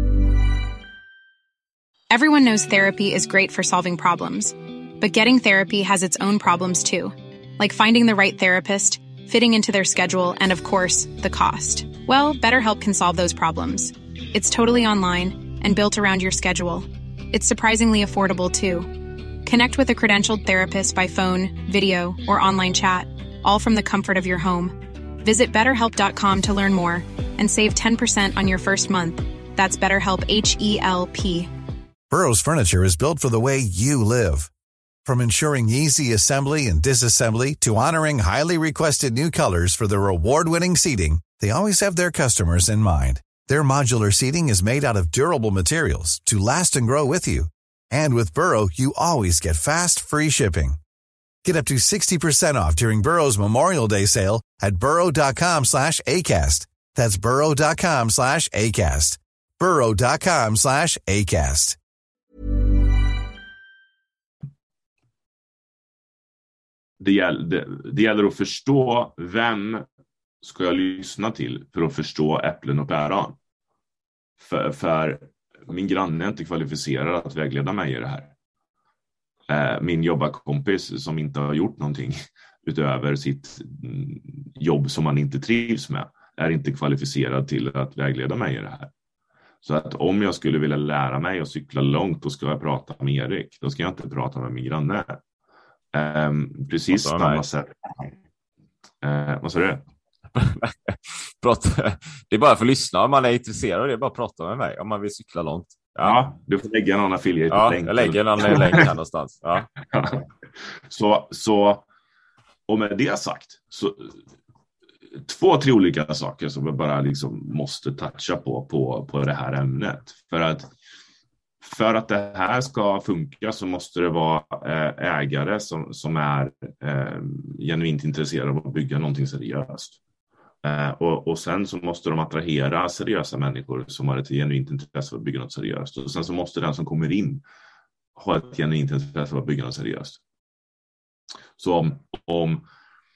Everyone knows therapy is great for solving problems, but getting therapy has its own problems too, like finding the right therapist, fitting into their schedule, and of course, the cost. Well, BetterHelp can solve those problems. It's totally online and built around your schedule. It's surprisingly affordable too. Connect with a credentialed therapist by phone, video, or online chat, all from the comfort of your home. Visit better help dot com to learn more and save ten percent on your first month. That's BetterHelp, H E L P. Burrow's furniture is built for the way you live. From ensuring easy assembly and disassembly to honoring highly requested new colors for their award-winning seating, they always have their customers in mind. Their modular seating is made out of durable materials to last and grow with you. And with Burrow, you always get fast, free shipping. Get up to sixty percent off during Burrow's Memorial Day sale at burrow.com slash ACAST. That's burrow.com slash ACAST. burrow.com slash ACAST. Det gäller, det, det gäller att förstå vem ska jag lyssna till för att förstå äpplen och päron. För, för min granne är inte kvalificerad att vägleda mig i det här. Eh, min jobbarkompis som inte har gjort någonting utöver sitt jobb som man inte trivs med är inte kvalificerad till att vägleda mig i det här. Så att om jag skulle vilja lära mig att cykla långt, då ska jag prata med Erik. Då ska jag inte prata med min granne. Eh, precis samma sätt. Eh, vad sa du? Det är bara för att lyssna om man är intresserad. Det är bara att prata med mig om man vill cykla långt. Ja, ja du får lägga någon affiliate ja, länk. Jag lägger en annan länk här någonstans. Ja. så, så, och med det sagt, så två, tre olika saker som jag bara liksom måste toucha på, på på det här ämnet. För att För att det här ska funka så måste det vara ägare som, som är eh, genuint intresserade av att bygga någonting seriöst. Eh, och, och sen så måste de attrahera seriösa människor som har ett genuint intresse av att bygga något seriöst. Och sen så måste den som kommer in ha ett genuint intresse av att bygga något seriöst. Så om, om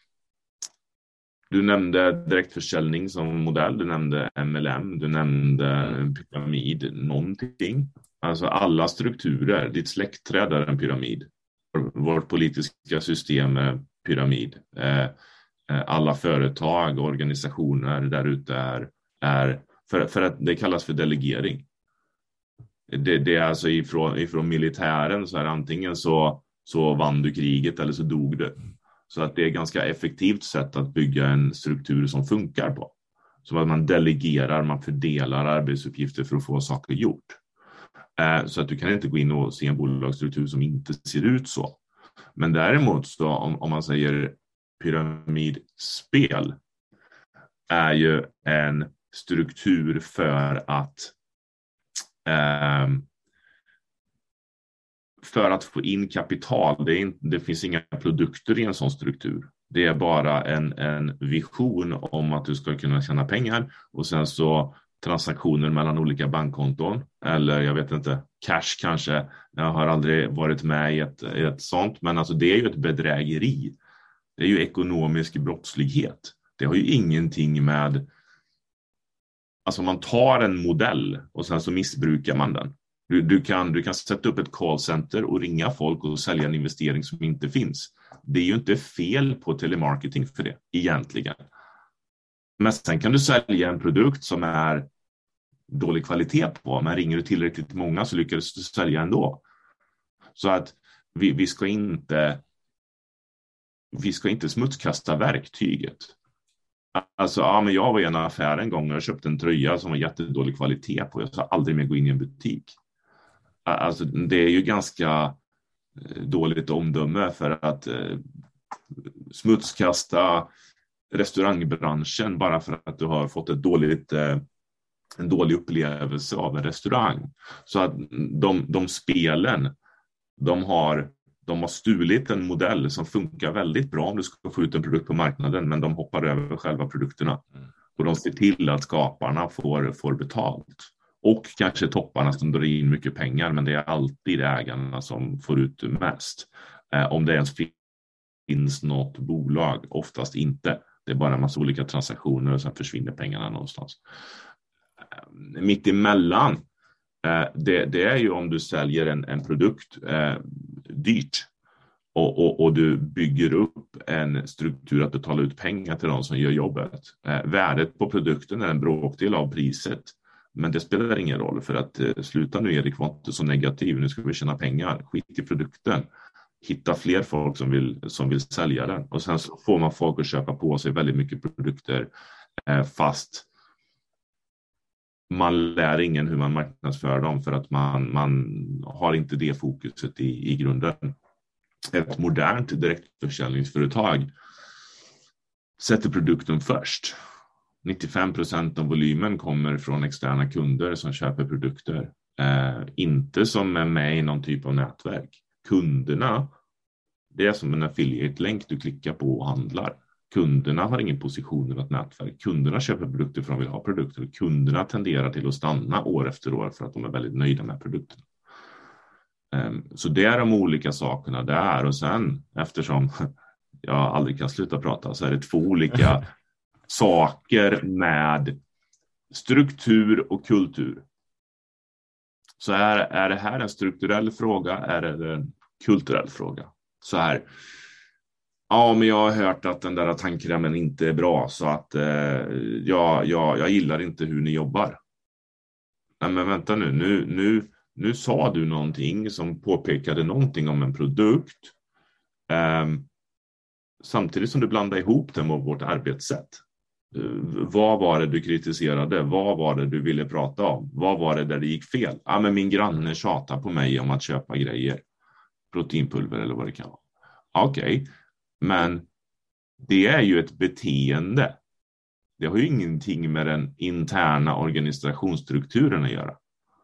du nämnde direktförsäljning som modell, du nämnde M L M, du nämnde pyramid, någonting. Alltså alla strukturer, ditt släktträd är en pyramid. Vårt politiska system är pyramid. Alla företag och organisationer där ute är, är för, för att det kallas för delegering. Det, det är alltså ifrån, ifrån militären så är antingen så, så vann du kriget eller så dog du. Så att det är ett ganska effektivt sätt att bygga en struktur som funkar på. Så att man delegerar, man fördelar arbetsuppgifter för att få saker gjort. Så att du kan inte gå in och se en bolagsstruktur som inte ser ut så. Men däremot så om, om man säger pyramidspel är ju en struktur för att eh, för att få in kapital. Det, är inte, det finns inga produkter i en sån struktur. Det är bara en, en vision om att du ska kunna tjäna pengar och sen så transaktioner mellan olika bankkonton eller jag vet inte, cash kanske. Jag har aldrig varit med i ett, i ett sånt, men alltså det är ju ett bedrägeri. Det är ju ekonomisk brottslighet. Det har ju ingenting med, alltså man tar en modell och sen så missbrukar man den. Du, du, kan, du kan sätta upp ett callcenter och ringa folk och sälja en investering som inte finns. Det är ju inte fel på telemarketing för det egentligen. Men sen kan du sälja en produkt som är dålig kvalitet på. Men ringer du tillräckligt många så lyckas du sälja ändå. Så att vi, vi ska inte vi ska inte smutskasta verktyget. Alltså, ja, men jag var i en affär en gång och jag köpte en tröja som var jättedålig kvalitet på. Jag ska aldrig mer gå in i en butik. Alltså, det är ju ganska dåligt omdöme för att eh, smutskasta restaurangbranschen bara för att du har fått ett dåligt, eh, en dålig upplevelse av en restaurang. Så att de, de spelen, de har, de har stulit en modell som funkar väldigt bra om du ska få ut en produkt på marknaden, men de hoppar över själva produkterna. Och de ser till att skaparna får, får betalt. Och kanske topparna som drar in mycket pengar, men det är alltid ägarna som får ut mest. Eh, om det ens finns något bolag, oftast inte. Det är bara en massa olika transaktioner och sen försvinner pengarna någonstans. Eh, mitt emellan, eh, det, det är ju om du säljer en, en produkt eh, dyrt och, och, och du bygger upp en struktur att betala ut pengar till de som gör jobbet. Eh, värdet på produkten är en bråkdel av priset. Men det spelar ingen roll för att eh, sluta nu, Erik var inte så negativ, nu ska vi tjäna pengar, skit i produkten. Hitta fler folk som vill, som vill sälja den. Och sen så får man folk att köpa på sig väldigt mycket produkter eh, fast man lär ingen hur man marknadsför dem för att man, man har inte det fokuset i, i grunden. ett modernt direktförsäljningsföretag sätter produkten först. nittiofem procent av volymen kommer från externa kunder som köper produkter. Eh, inte som är med i någon typ av nätverk. Kunderna, det är som en affiliate-länk du klickar på och handlar. Kunderna har ingen position i något nätverk. Kunderna köper produkter för att de vill ha produkter. Kunderna tenderar till att stanna år efter år för att de är väldigt nöjda med produkterna. Så det är de olika sakerna där. Och sen, eftersom jag aldrig kan sluta prata, så är det två olika saker med struktur och kultur. Så är, är det här en strukturell fråga, är det en kulturell fråga? Så här, ja, men jag har hört att den där tandkrämen inte är bra, så att eh, jag, jag, jag gillar inte hur ni jobbar. Nej, men vänta nu, nu, nu, nu sa du någonting som påpekade någonting om en produkt, eh, samtidigt som du blandade ihop det med vårt arbetssätt. Vad var det du kritiserade? Vad var det du ville prata om? Vad var det där det gick fel? Ja, men min granne tjatar på mig om att köpa grejer. Proteinpulver eller vad det kan vara. Okej, okay. Men det är ju ett beteende. Det har ju ingenting med den interna organisationsstrukturen att göra.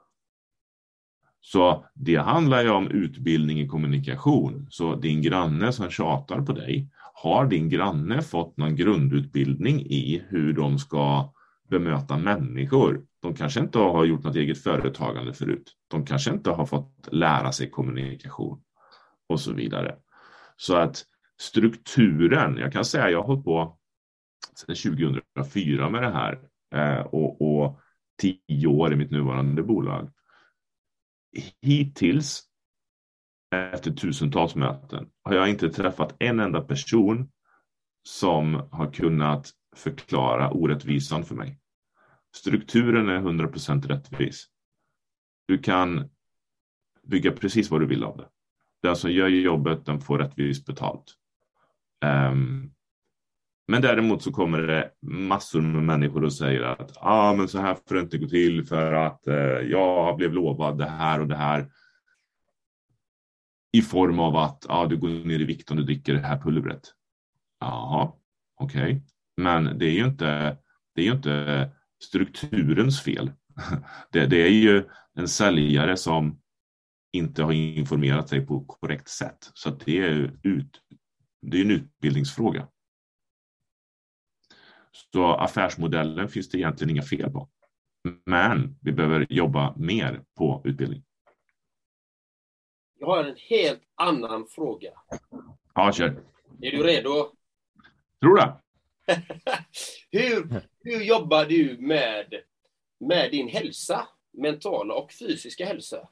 Så det handlar ju om utbildning i kommunikation. Så din granne som tjatar på dig, har din granne fått någon grundutbildning i hur de ska bemöta människor? De kanske inte har gjort något eget företagande förut. De kanske inte har fått lära sig kommunikation och så vidare. Så att strukturen, jag kan säga jag har hållit på sedan tjugohundrafyra med det här och, och tio år i mitt nuvarande bolag. Hittills, efter tusentals möten, har jag inte träffat en enda person som har kunnat förklara orättvisan för mig. Strukturen är hundra procent rättvis. Du kan bygga precis vad du vill av det. Den som gör jobbet, den får rättvist betalt. Um, men däremot så kommer det massor med människor och säger att ah, men så här får det inte gå till för att eh, jag blev lovad det här och det här. I form av att ah, du går ner i vikt om du dricker det här pulvret. Jaha, okej. Okay. Men det är ju inte, det är ju inte strukturens fel. Det, det är ju en säljare som inte har informerat sig på korrekt sätt. Så att det är ut, det är en utbildningsfråga. Så affärsmodellen finns det egentligen inga fel på. Men vi behöver jobba mer på utbildning. Jag har en helt annan fråga. Ja, kör. Är du redo? Tror du? hur, hur jobbar du med, med din hälsa? Mentala och fysiska hälsa?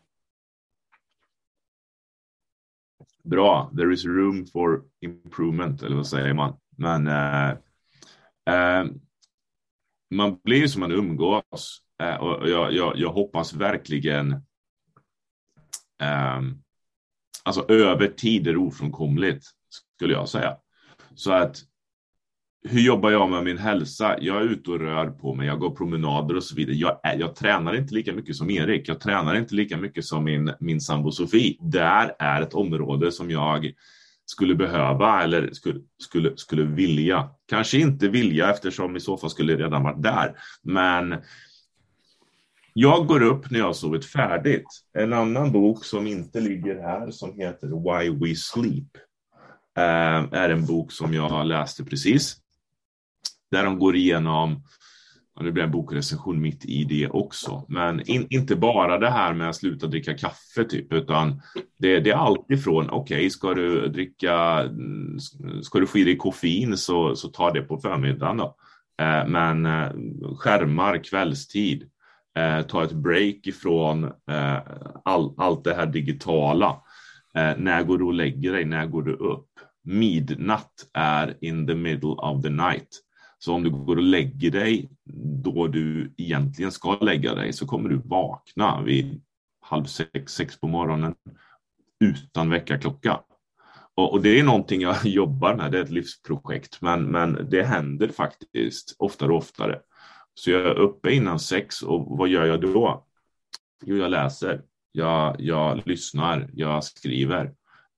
Bra. There is room for improvement, eller vad säger man? Men eh, eh, man blir som man umgås. Eh, och jag, jag, jag hoppas verkligen eh, alltså över tid är ofrånkomligt, skulle jag säga. Så att hur jobbar jag med min hälsa? Jag är ute och rör på mig. Jag går promenader och så vidare. Jag, är, jag tränar inte lika mycket som Erik. Jag tränar inte lika mycket som min, min sambo Sofie. Där är ett område som jag skulle behöva eller skulle, skulle, skulle vilja. Kanske inte vilja, eftersom i så fall skulle jag redan varit där. Men jag går upp när jag har sovit färdigt. En annan bok som inte ligger här, som heter Why We Sleep, är en bok som jag läste precis. Där de går igenom, och det blir en bokrecension mitt i det också. Men in, inte bara det här med att sluta dricka kaffe typ, utan det, det är allt ifrån, okej, okay, ska du dricka, ska du få i dig koffein så, så ta det på förmiddagen då. Eh, men eh, skärmar kvällstid, eh, ta ett break ifrån eh, all, allt det här digitala. Eh, när går du och lägger dig, när går du upp? Midnatt är in the middle of the night. Så om du går och lägger dig då du egentligen ska lägga dig, så kommer du vakna vid halv sex, sex på morgonen utan väckarklocka. Och, och det är någonting jag jobbar med, det är ett livsprojekt. Men, men det händer faktiskt oftare och oftare. Så jag är uppe innan sex, och vad gör jag då? Jo, jag läser, jag, jag lyssnar, jag skriver.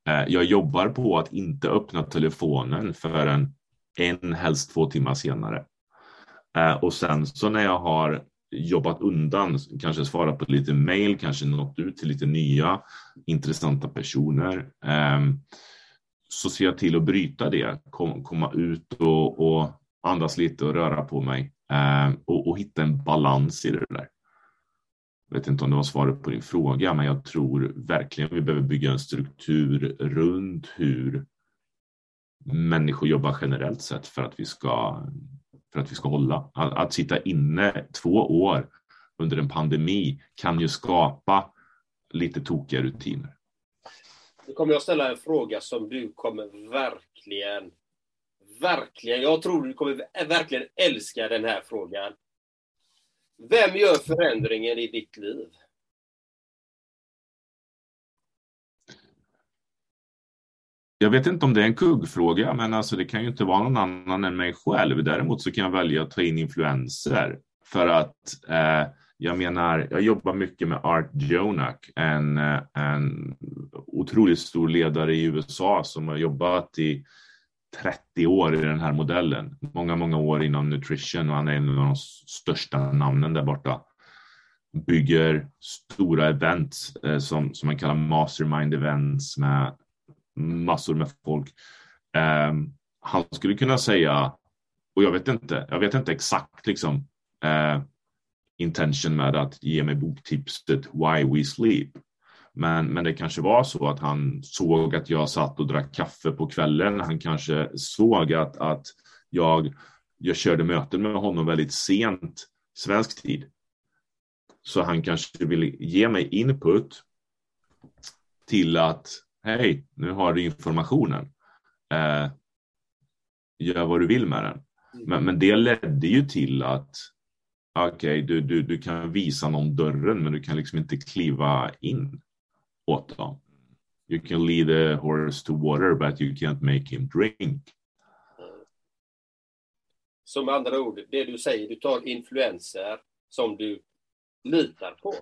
Eh, jag jobbar på att inte öppna telefonen förrän en, helst två timmar senare. Eh, och sen så när jag har jobbat undan, kanske svarat på lite mail, kanske nått ut till lite nya intressanta personer, eh, så ser jag till att bryta det, kom, komma ut och, och andas lite och röra på mig, eh, och, och hitta en balans i det där. Jag vet inte om det var svaret på din fråga, men jag tror verkligen vi behöver bygga en struktur runt hur människor jobbar generellt sett för att vi ska, för att vi ska hålla. Att, att sitta inne två år under en pandemi kan ju skapa lite tokiga rutiner. Nu kommer jag ställa en fråga som du kommer verkligen, verkligen, jag tror du kommer verkligen älska den här frågan. Vem gör förändringen i ditt liv? Jag vet inte om det är en kuggfråga, men alltså det kan ju inte vara någon annan än mig själv. Däremot så kan jag välja att ta in influenser. För att eh, jag menar, jag jobbar mycket med Art Jonak, en, en otroligt stor ledare i U S A som har jobbat i trettio år i den här modellen. Många, många år inom nutrition, och han är en av de största namnen där borta. Bygger stora events eh, som, som man kallar mastermind events med massor med folk. Eh, han skulle kunna säga, och jag vet inte, jag vet inte exakt liksom eh, intention med att ge mig boktipset Why We Sleep. Men, men det kanske var så att han såg att jag satt och drack kaffe på kvällen. Han kanske såg att, att jag, jag körde möten med honom väldigt sent svensk tid. Så han kanske ville ge mig input till att hej, nu har du informationen. Eh, gör vad du vill med den. Men, men det ledde ju till att okej, okay, du, du, du kan visa någon dörren, men du kan liksom inte kliva in åt dem. You can lead a horse to water, but you can't make him drink. Som andra ord, det du säger, du tar influenser som du litar på.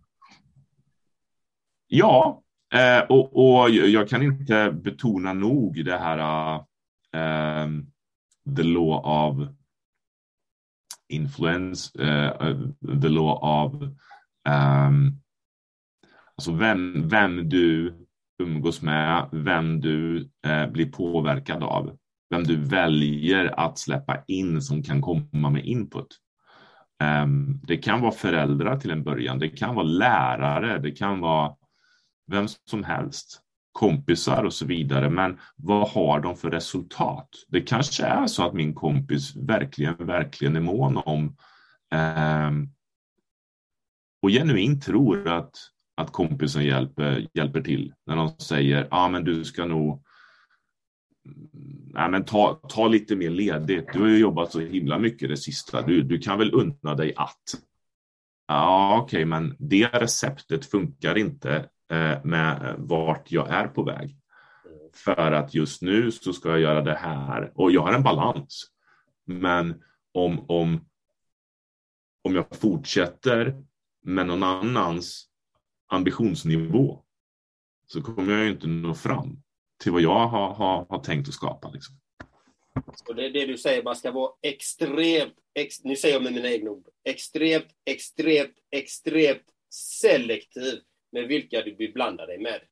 Ja, eh, och, och jag kan inte betona nog det här uh, the law of influence, uh, the law of um, alltså vem, vem du umgås med, vem du eh, blir påverkad av, vem du väljer att släppa in som kan komma med input. Um, det kan vara föräldrar till en början, det kan vara lärare, det kan vara vem som helst, kompisar och så vidare. Men vad har de för resultat? Det kanske är så att min kompis verkligen, verkligen är mån om um, och genuint tror att att kompisen hjälper, hjälper till när de säger, ja ah, men du ska nog nej, men ta, ta lite mer ledigt. Du har ju jobbat så himla mycket det sista. Du, du kan väl unna dig att. Ja okej, okay, men det receptet funkar inte eh, med vart jag är på väg. För att just nu så ska jag göra det här. Och jag har en balans. Men om, om, om jag fortsätter med någon annans ambitionsnivå så kommer jag ju inte nå fram till vad jag har, har, har tänkt att skapa. Liksom. Så det är det du säger, man ska vara extremt, ex, nu säger jag med mina egna ord, extremt, extremt, extremt selektiv med vilka du vill blanda dig med.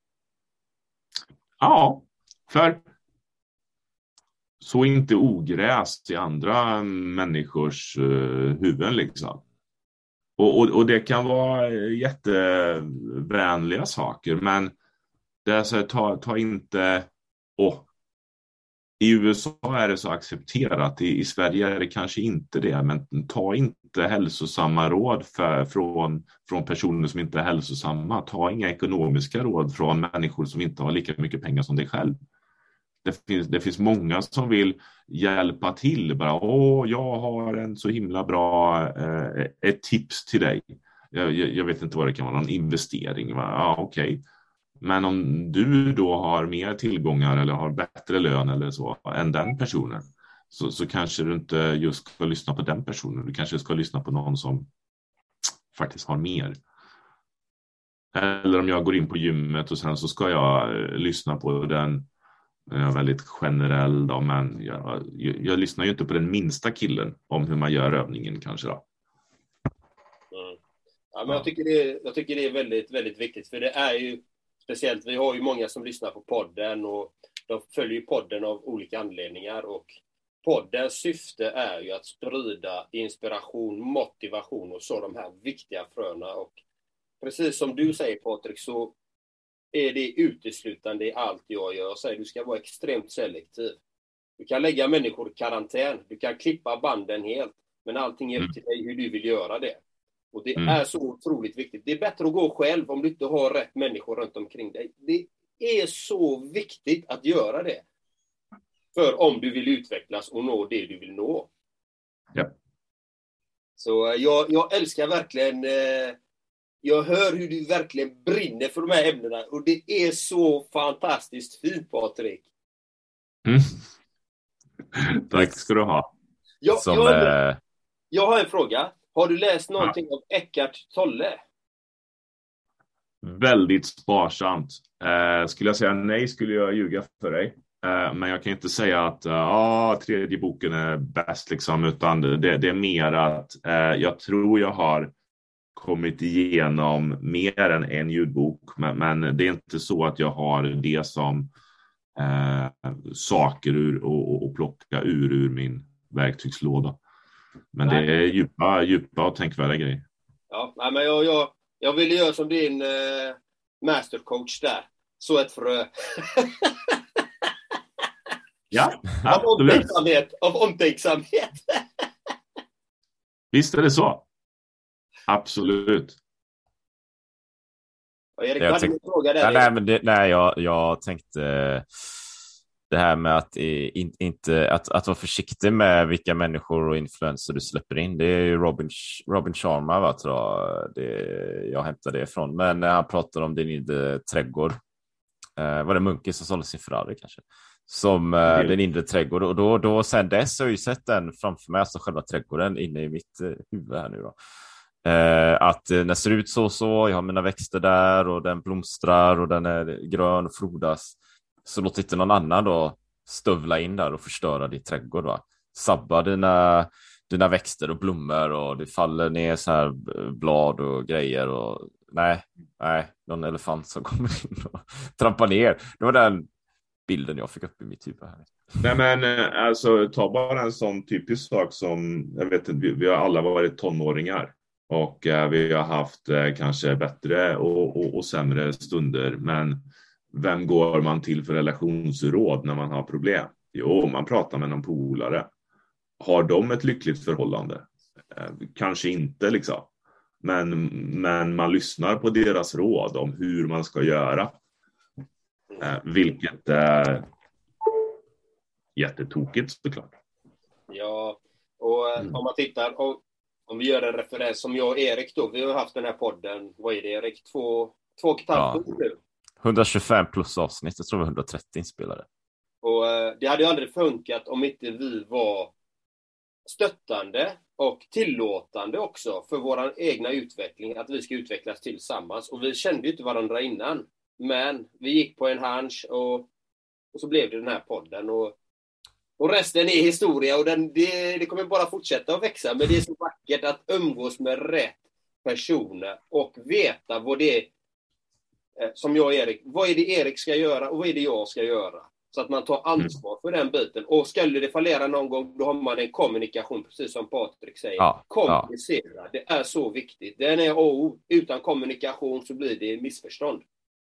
Ja, för så inte ogräs i andra människors uh, huvuden liksom. Och, och, och det kan vara jättevänliga saker, men det är så, ta, ta inte... Oh, i U S A är det så accepterat, i, i Sverige är det kanske inte det, men ta inte hälsosamma råd för, från, från personer som inte är hälsosamma. Ta inga ekonomiska råd från människor som inte har lika mycket pengar som dig själv. Det finns, det finns många som vill hjälpa till. Bara, åh, jag har en så himla bra eh, ett tips till dig. Jag, jag, jag vet inte vad det kan vara, någon investering. Va? Ja, okej. Okay. Men om du då har mer tillgångar eller har bättre lön eller så än den personen, så, så kanske du inte just ska lyssna på den personen. Du kanske ska lyssna på någon som faktiskt har mer. Eller om jag går in på gymmet och sen så ska jag eh, lyssna på den. Jag är väldigt generell då, men jag, jag, jag lyssnar ju inte på den minsta killen om hur man gör övningen kanske då. Mm. Ja, men jag tycker, det är, jag tycker det är väldigt, väldigt viktigt. För det är ju speciellt, vi har ju många som lyssnar på podden och de följer ju podden av olika anledningar. Och poddens syfte är ju att sprida inspiration, motivation och så de här viktiga fröna. Och precis som du säger, Patrik, så är det uteslutande i allt jag gör. Jag säger, du ska vara extremt selektiv. Du kan lägga människor i karantän. Du kan klippa banden helt. Men allting är upp till dig hur du vill göra det. Och det mm. är så otroligt viktigt. Det är bättre att gå själv om du inte har rätt människor runt omkring dig. Det är så viktigt att göra det. För om du vill utvecklas och nå det du vill nå. Ja. Så jag, jag älskar verkligen... Eh, jag hör hur du verkligen brinner för de här ämnena. Och det är så fantastiskt fint, Patrik. Mm. Tack ska du ha. Jag, Som, jag, eh... jag har en fråga. Har du läst någonting ja. av Eckart Tolle? Väldigt sparsamt. Eh, skulle jag säga nej skulle jag ljuga för dig. Eh, men jag kan inte säga att uh, tredje boken är bäst liksom, utan det, det är mer att eh, jag tror jag har kommit igenom mer än en ljudbok, men, men det är inte så att jag har det som eh, saker ur och, och plocka ur ur min verktygslåda. Men nej. Det är djupa, djupa och tänkvärda grejer. Ja, nej, men jag, jag, jag ville göra som din eh, mastercoach där. Så ett frö. Ja, av omtänksamhet. Av omtänksamhet. Visst är det så. Absolut. Och Erik, jag tänkte, fråga där, nej, nej, men det, nej jag, jag tänkte det här med att, in, inte, att, att vara försiktig med vilka människor och influenser du släpper in. Det är ju Robin, Robin Sharma, va, tror jag, det, jag hämtade det ifrån. Men när han pratar om din inre trädgård, eh, var det Munke som sålde sin Ferrari kanske? Som eh, den inre trädgård. Och då, då sen dess har jag ju sett den framför mig, alltså själva trädgården inne i mitt eh, huvud här nu då. Eh, att eh, när det ser ut så så, jag har mina växter där och den blomstrar och den är grön och frodas, så låt inte någon annan då stövla in där och förstöra ditt trädgård, va? Sabba dina, dina växter och blommor och det faller ner så här blad och grejer och nej, nej, någon elefant som kommer in och trampar ner. Det var den bilden jag fick upp i mitt huvud här. Nej, men alltså ta bara en sån typisk sak som, jag vet inte, vi, vi har alla varit tonåringar. Och eh, vi har haft eh, kanske bättre och, och, och sämre stunder. Men vem går man till för relationsråd när man har problem? Jo, man pratar med någon polare. Har de ett lyckligt förhållande? Eh, kanske inte liksom. Men, men man lyssnar på deras råd om hur man ska göra. Eh, vilket är jättetokigt såklart. Ja, och mm. om man tittar... Och... Om vi gör en referens som jag och Erik då, vi har haft den här podden, vad är det Erik? Två, två och ett halvt år nu. hundratjugofem plus avsnitt, jag tror det var hundratrettio inspelade. Och eh, det hade ju aldrig funkat om inte vi var stöttande och tillåtande också för vår egna utveckling, att vi ska utvecklas tillsammans. Och vi kände ju inte varandra innan, men vi gick på en hunch och, och så blev det den här podden. Och Och resten är historia och den, det, det kommer bara fortsätta att växa. Men det är så vackert att umgås med rätt personer och veta vad det är, som jag och Erik, vad är det Erik ska göra och vad är det jag ska göra. Så att man tar ansvar för den biten. Och skulle det fallera någon gång, då har man en kommunikation, precis som Patrik säger. Ja, Kommunicera, ja. Det är så viktigt. Den är oh, utan kommunikation så blir det missförstånd.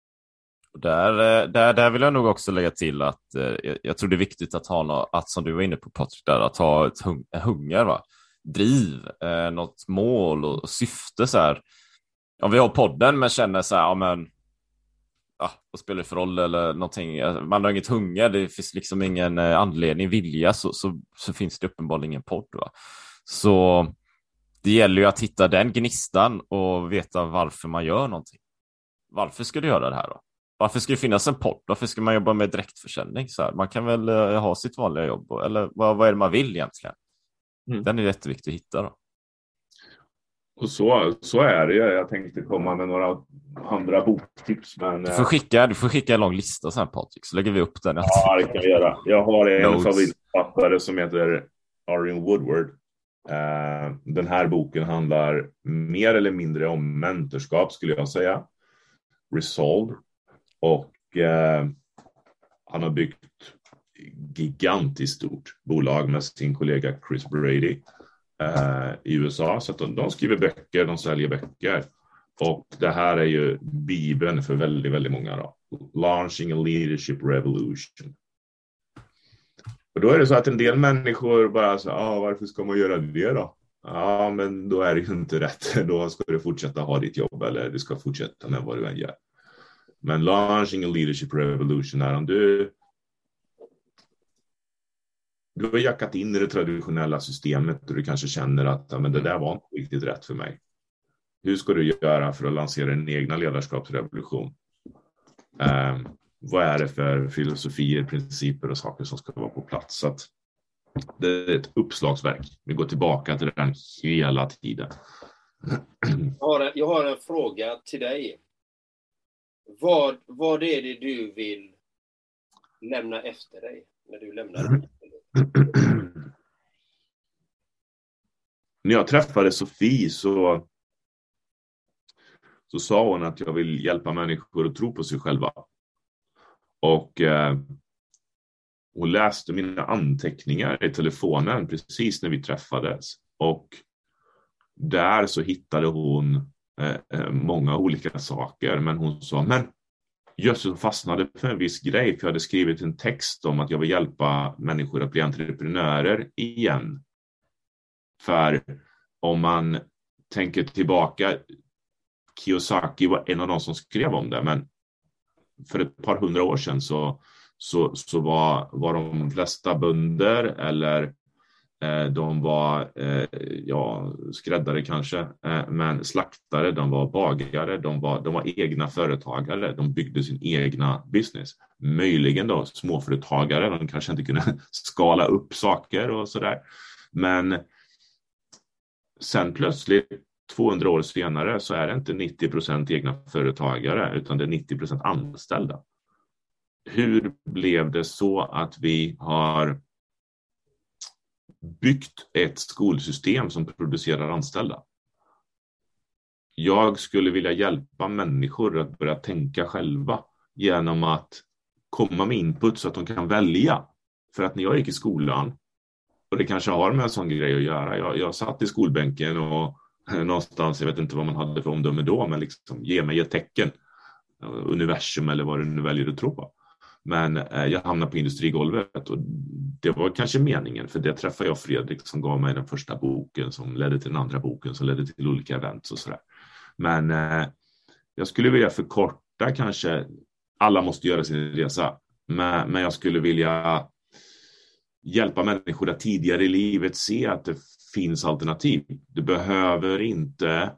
Där, där, där vill jag nog också lägga till att eh, jag tror det är viktigt att ha något, att som du var inne på Patrik där, att ha ett hung, hunger, va? Driv, eh, något mål och, och syfte så här. Om vi har podden men känner så här, ja men ja, vad spelar det för roll eller någonting, man har inget hunger, det finns liksom ingen eh, anledning, vilja, så, så, så finns det uppenbarligen ingen podd, va? Så det gäller ju att hitta den gnistan och veta varför man gör någonting. Varför ska du göra det här då? Varför ska det finnas en podd? Varför ska man jobba med direktförsäljning? Så här, man kan väl uh, ha sitt vanliga jobb. Eller vad, vad är det man vill egentligen? Mm. Den är jätteviktig att hitta då. Och så, så är det. Jag tänkte komma med några andra boktips. Men, du, får skicka, du får skicka en lång lista sen, Patrik, så lägger vi upp den. Ja, det kan vi göra. Jag har en Notes. favoritförfattare som heter Arian Woodward. Uh, den här boken handlar mer eller mindre om mentorskap, skulle jag säga. Resolve. Och uh, han har byggt gigantiskt stort bolag med sin kollega Chris Brady uh, i U S A. Så att de, de skriver böcker, de säljer böcker. Och det här är ju bibeln för väldigt, väldigt många då. Launching a leadership revolution. Och då är det så att en del människor bara så, ah, varför ska man göra det då? Ja, men då är det ju inte rätt. Då ska du fortsätta ha ditt jobb eller du ska fortsätta med vad du än gör. Men launching a leadership revolution är om du du har jackat in i det traditionella systemet och du kanske känner att ja, men det där var inte riktigt rätt för mig. Hur ska du göra för att lansera en egna ledarskapsrevolution? Um, vad är det för filosofier, principer och saker som ska vara på plats? Så att det är ett uppslagsverk. Vi går tillbaka till den hela tiden. Jag har en, jag har en fråga till dig. Vad, vad är det du vill lämna efter dig när du lämnar? När jag träffade Sofie så så sa hon att jag vill hjälpa människor att tro på sig själva. Och eh, hon läste mina anteckningar i telefonen precis när vi träffades. Och där så hittade hon eh, många olika saker. Men hon sa, men just så fastnade för en viss grej. För jag hade skrivit en text om att jag vill hjälpa människor att bli entreprenörer igen. För om man tänker tillbaka, Kiyosaki var en av de som skrev om det, men för ett par hundra år sedan så, så, så var, var de flesta bönder eller eh, de var eh, ja, skräddare kanske, eh, men slaktare, de var bagare, de var, de var egna företagare, de byggde sin egna business. Möjligen då småföretagare, de kanske inte kunde skala upp saker och sådär. Men sen plötsligt tvåhundra år senare så är det inte nittio procent egna företagare utan det är nittio procent anställda. Hur blev det så att vi har byggt ett skolsystem som producerar anställda? Jag skulle vilja hjälpa människor att börja tänka själva genom att komma med input så att de kan välja. För att när jag gick i skolan, och det kanske har med en sån grej att göra, jag, jag satt i skolbänken och någonstans, jag vet inte vad man hade för omdöme då, men liksom ge mig ett tecken, universum eller vad du nu väljer att tro på. Men eh, jag hamnade på industrigolvet och det var kanske meningen, för det träffade jag Fredrik som gav mig den första boken som ledde till den andra boken som ledde till olika events och sådär. Men eh, jag skulle vilja förkorta kanske, alla måste göra sin resa, men, men jag skulle vilja hjälpa människor att tidigare i livet se att det finns alternativ. Du behöver inte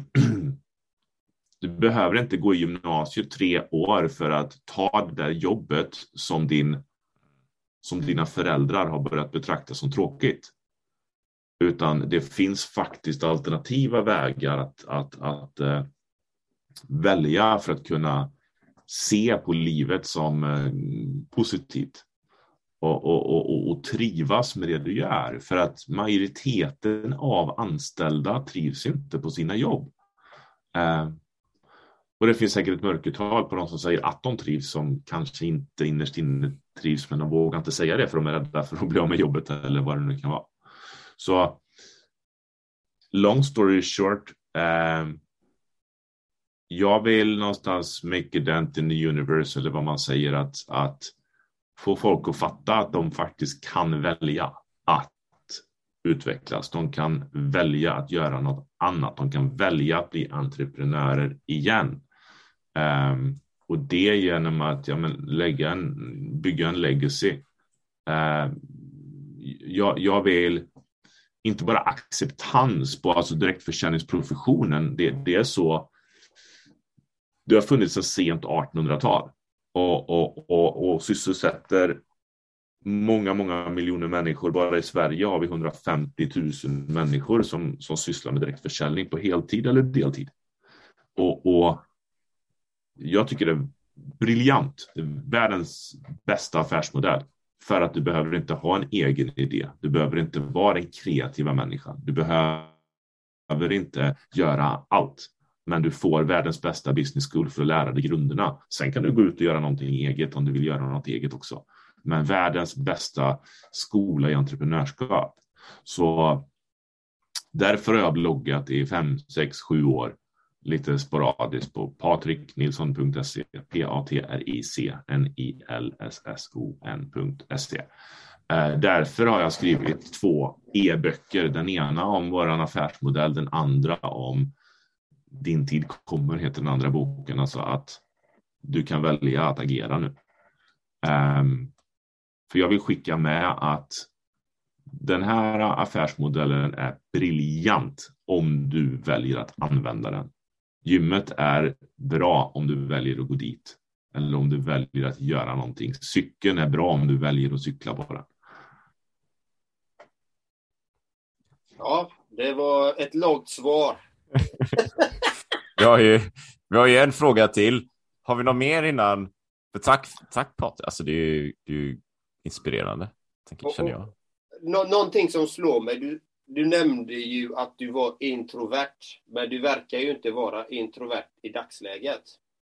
du behöver inte gå i gymnasiet tre år för att ta det där jobbet som din som dina föräldrar har börjat betrakta som tråkigt. Utan det finns faktiskt alternativa vägar att, att, att uh, välja för att kunna se på livet som uh, positivt. Och, och, och, och trivas med det du gör. För att majoriteten av anställda trivs inte på sina jobb. Eh, och det finns säkert ett mörkertal på de som säger att de trivs som kanske inte innerst inne trivs, men de vågar inte säga det för de är rädda för att bli av med jobbet eller vad det nu kan vara. Så long story short, eh, jag vill någonstans make a dent in the universe, eller vad man säger, att, att få folk att fatta att de faktiskt kan välja att utvecklas. De kan välja att göra något annat. De kan välja att bli entreprenörer igen. Um, och det genom att ja, men, lägga en, bygga en legacy. Uh, jag, jag vill inte bara acceptans på alltså direktförsäljningsprofessionen. Det, det är så. Det har funnits sedan sent artonhundratal. Och, och, och, och sysselsätter många, många miljoner människor. Bara i Sverige har vi hundrafemtio tusen människor som, som sysslar med direktförsäljning på heltid eller deltid. Och, och jag tycker det är briljant. Det är världens bästa affärsmodell. För att du behöver inte ha en egen idé. Du behöver inte vara den kreativa människan. Du behöver inte göra allt. Men du får världens bästa business school för att lära dig grunderna. Sen kan du gå ut och göra någonting eget om du vill göra något eget också. Men världens bästa skola i entreprenörskap. Så därför har jag bloggat i fem, sex, sju år. Lite sporadiskt på patrick nilsson punkt se. P A T R I C N I L S S O N punkt se. Därför har jag skrivit två e-böcker. Den ena om våran affärsmodell. Den andra om Din tid kommer, heter den andra boken. Alltså att du kan välja att agera nu. Um, för jag vill skicka med att den här affärsmodellen är briljant om du väljer att använda den. Gymmet är bra om du väljer att gå dit. Eller om du väljer att göra någonting. Cykeln är bra om du väljer att cykla på den. Ja, det var ett långt svar. vi, har ju, vi har ju en fråga till. Har vi något mer innan? För tack, tack Patrik. Alltså det är ju, det är ju inspirerande, tänker, känner jag. Nå- någonting som slår mig. Du, du nämnde ju att du var introvert. Men du verkar ju inte vara introvert i dagsläget.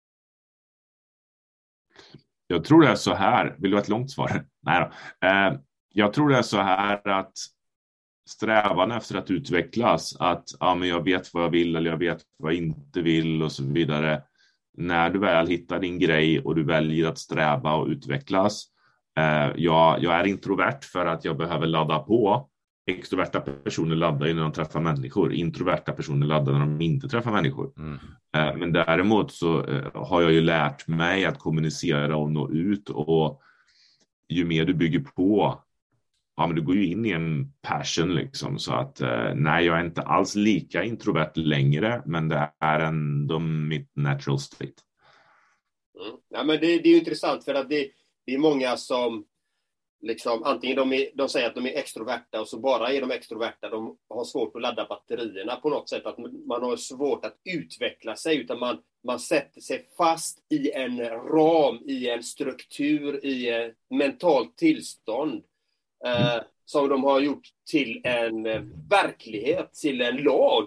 Jag tror det är så här. Vill du ha ett långt svar? Nej då. Eh, jag tror det är så här att strävan efter att utvecklas, att ja, men jag vet vad jag vill eller jag vet vad jag inte vill och så vidare. När du väl hittar din grej och du väljer att sträva och utvecklas. Eh, jag, jag är introvert för att jag behöver ladda på. Extroverta personer laddar ju när de träffar människor. Introverta personer laddar när de inte träffar människor. Mm. Eh, men däremot så eh, har jag ju lärt mig att kommunicera och nå ut. Och ju mer du bygger på, ja, men du går ju in i en passion liksom. Så att eh, nej, jag är inte alls lika introvert längre. Men det är ändå mitt natural state. Mm. Ja, men det, det är ju intressant för att det, det är många som liksom, antingen de, är, de säger att de är extroverta och så bara är de extroverta. De har svårt att ladda batterierna på något sätt. Att man har svårt att utveckla sig utan man, man sätter sig fast i en ram, i en struktur, i ett mentalt tillstånd. Eh, som de har gjort till en eh, verklighet, till en lag.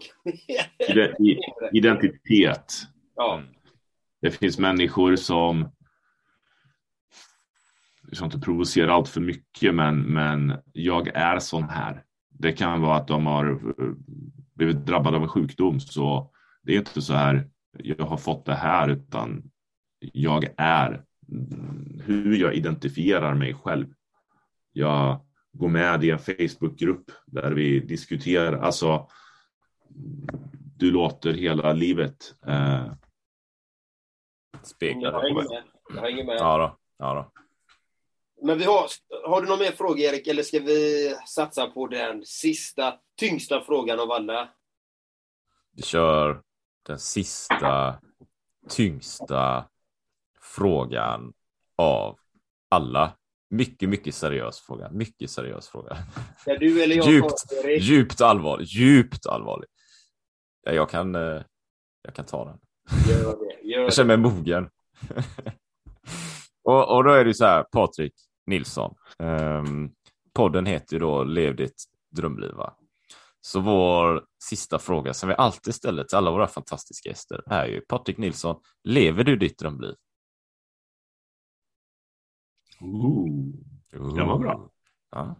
Identitet. Ja. Det finns människor som, jag ska inte provocera allt för mycket, men, men jag är sån här. Det kan vara att de har blivit drabbade av en sjukdom, så det är inte så här jag har fått det här, utan jag är hur jag identifierar mig själv. Jag går med i en Facebookgrupp där vi diskuterar, alltså du låter hela livet eh, spegla. Jag har ingen med. Jag har ingen med. Ja då, ja då. Men vi har, har du någon mer fråga, Erik, eller ska vi satsa på den sista, tyngsta frågan av alla? Vi kör den sista, tyngsta frågan av alla. Mycket, mycket seriös fråga. Mycket seriös fråga. Är du eller jag? Djupt, djupt allvarligt. Djupt allvarligt. Ja, jag kan, jag kan ta den. Gör det, gör jag känner mig mogen. och, och då är det så här, Patrik Nilsson. Um, podden heter ju då Lev ditt drömliv, va? Så vår sista fråga som vi alltid ställer till alla våra fantastiska gäster är ju, Patrik Nilsson, lever du ditt drömliv? Ooh, det var bra. Ja.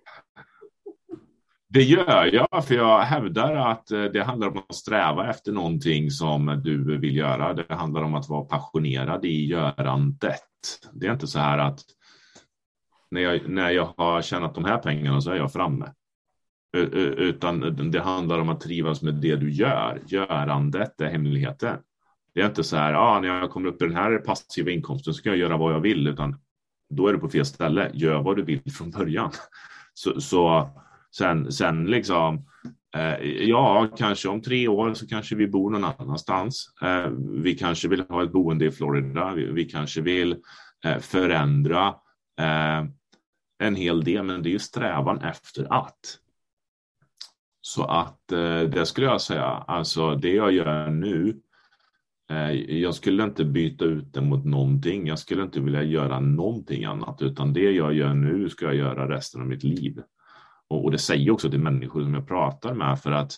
Det gör jag, för jag hävdar att det handlar om att sträva efter någonting som du vill göra. Det handlar om att vara passionerad i görandet. Det är inte så här att när jag, när jag har tjänat de här pengarna så är jag framme. Utan det handlar om att trivas med det du gör. Görandet är hemligheten. Det är inte så här, ah, när jag kommer upp i den här passiva inkomsten så ska jag göra vad jag vill, utan då är du på fel ställe. Gör vad du vill från början. Så, så sen, sen liksom, eh, ja, kanske om tre år så kanske vi bor någon annanstans. Eh, vi kanske vill ha ett boende i Florida. Vi, vi kanske vill eh, förändra eh, en hel del, men det är ju strävan efter att. Så att eh, det skulle jag säga, alltså det jag gör nu, eh, jag skulle inte byta ut det mot någonting. Jag skulle inte vilja göra någonting annat, utan det jag gör nu ska jag göra resten av mitt liv. Och, och det säger också till människor som jag pratar med, för att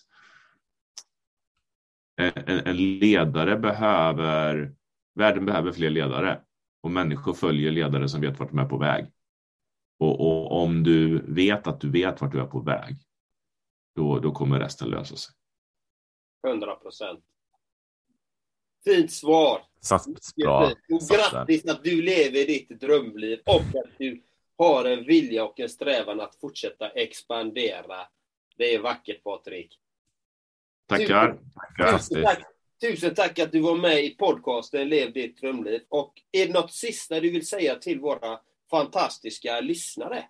en, en ledare behöver, världen behöver fler ledare, och människor följer ledare som vet vart de är på väg. Och, och om du vet att du vet vart du är på väg, Då, då kommer resten lösa sig. hundra procent. Fint svar. Satt bra. Och grattis att du lever ditt drömliv och att du har en vilja och en strävan att fortsätta expandera. Det är vackert, Patrik. Tackar. Tackar. Tusen tack, tusen tack att du var med i podcasten Lev ditt drömliv. Och är det något sista du vill säga till våra fantastiska lyssnare?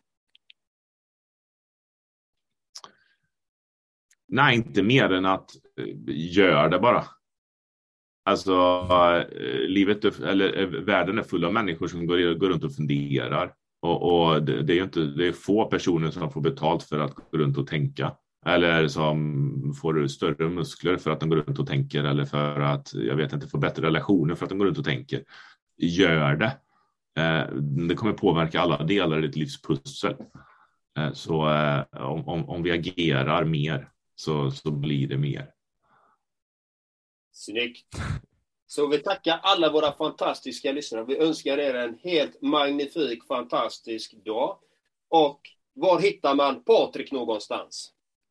Nej, inte mer än att gör det bara. Alltså, livet är, eller världen är full av människor som går, går runt och funderar. Och, och det, det är ju inte, det är få personer som får betalt för att gå runt och tänka. Eller som får större muskler för att de går runt och tänker. Eller för att, jag vet inte, få bättre relationer för att de går runt och tänker. Gör det. Det kommer påverka alla delar i ditt livspussel. Så om, om vi agerar mer, Så, så blir det mer. Snyggt. Så vi tackar alla våra fantastiska lyssnare. Vi önskar er en helt magnifik, fantastisk dag. Och var hittar man Patrik någonstans?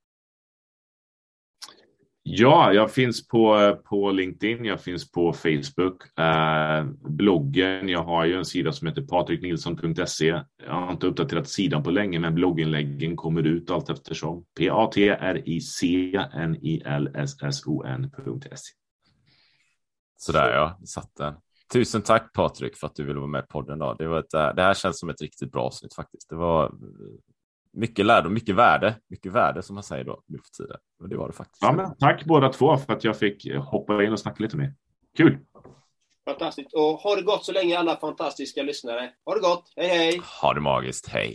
Ja, jag finns på, på LinkedIn, jag finns på Facebook, eh, bloggen, jag har ju en sida som heter patrik nilsson punkt se. Jag har inte uppdaterat sidan på länge, men blogginläggen kommer ut allt eftersom. p a t r i c n i l s s o n punkt se. Sådär, ja, satt den. Tusen tack, Patrik, för att du ville vara med på podden då. Det, var ett, det här känns som ett riktigt bra avsnitt faktiskt. Det var mycket lärdom, mycket värde, mycket värde som man säger då nu för tiden. Och det var det faktiskt. Ja, men tack båda två för att jag fick hoppa in och snacka lite mer. Kul! Fantastiskt. Och ha det gott så länge, alla fantastiska lyssnare. Ha det gott. Hej, hej! Ha det magiskt. Hej!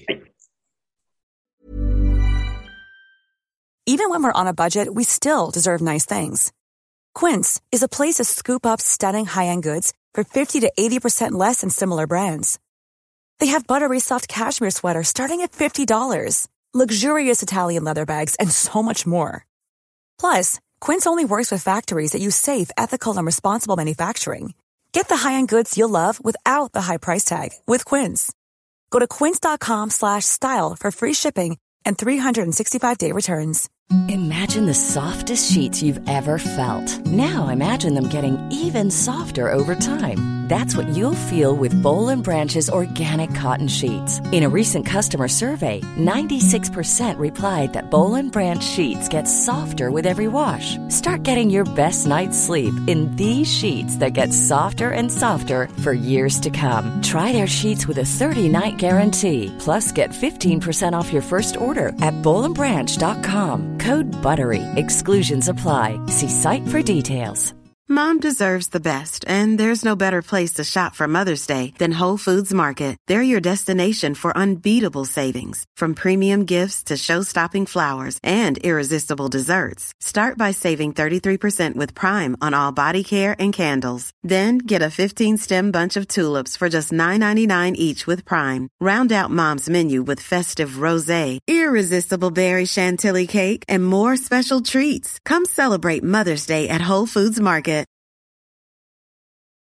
Even when we're on a budget, we still deserve nice things. Quince is a place to scoop up stunning high-end goods for fifty to eighty percent less than similar brands. They have buttery soft cashmere sweaters starting at fifty dollars, luxurious Italian leather bags, and so much more. Plus, Quince only works with factories that use safe, ethical, and responsible manufacturing. Get the high-end goods you'll love without the high price tag with Quince. Go to quince.com slash style for free shipping and three sixty-five day returns. Imagine the softest sheets you've ever felt. Now imagine them getting even softer over time. That's what you'll feel with Boll and Branch's organic cotton sheets. In a recent customer survey, ninety-six percent replied that Boll and Branch sheets get softer with every wash. Start getting your best night's sleep in these sheets that get softer and softer for years to come. Try their sheets with a thirty-night guarantee. Plus, get fifteen percent off your first order at boll and branch dot com. Code BUTTERY. Exclusions apply. See site for details. Mom deserves the best, and there's no better place to shop for Mother's Day than Whole Foods Market. They're your destination for unbeatable savings, from premium gifts to show-stopping flowers and irresistible desserts. Start by saving thirty-three percent with Prime on all body care and candles. Then get a fifteen-stem bunch of tulips for just nine ninety-nine each with Prime. Round out Mom's menu with festive rosé, irresistible berry chantilly cake, and more special treats. Come celebrate Mother's Day at Whole Foods Market.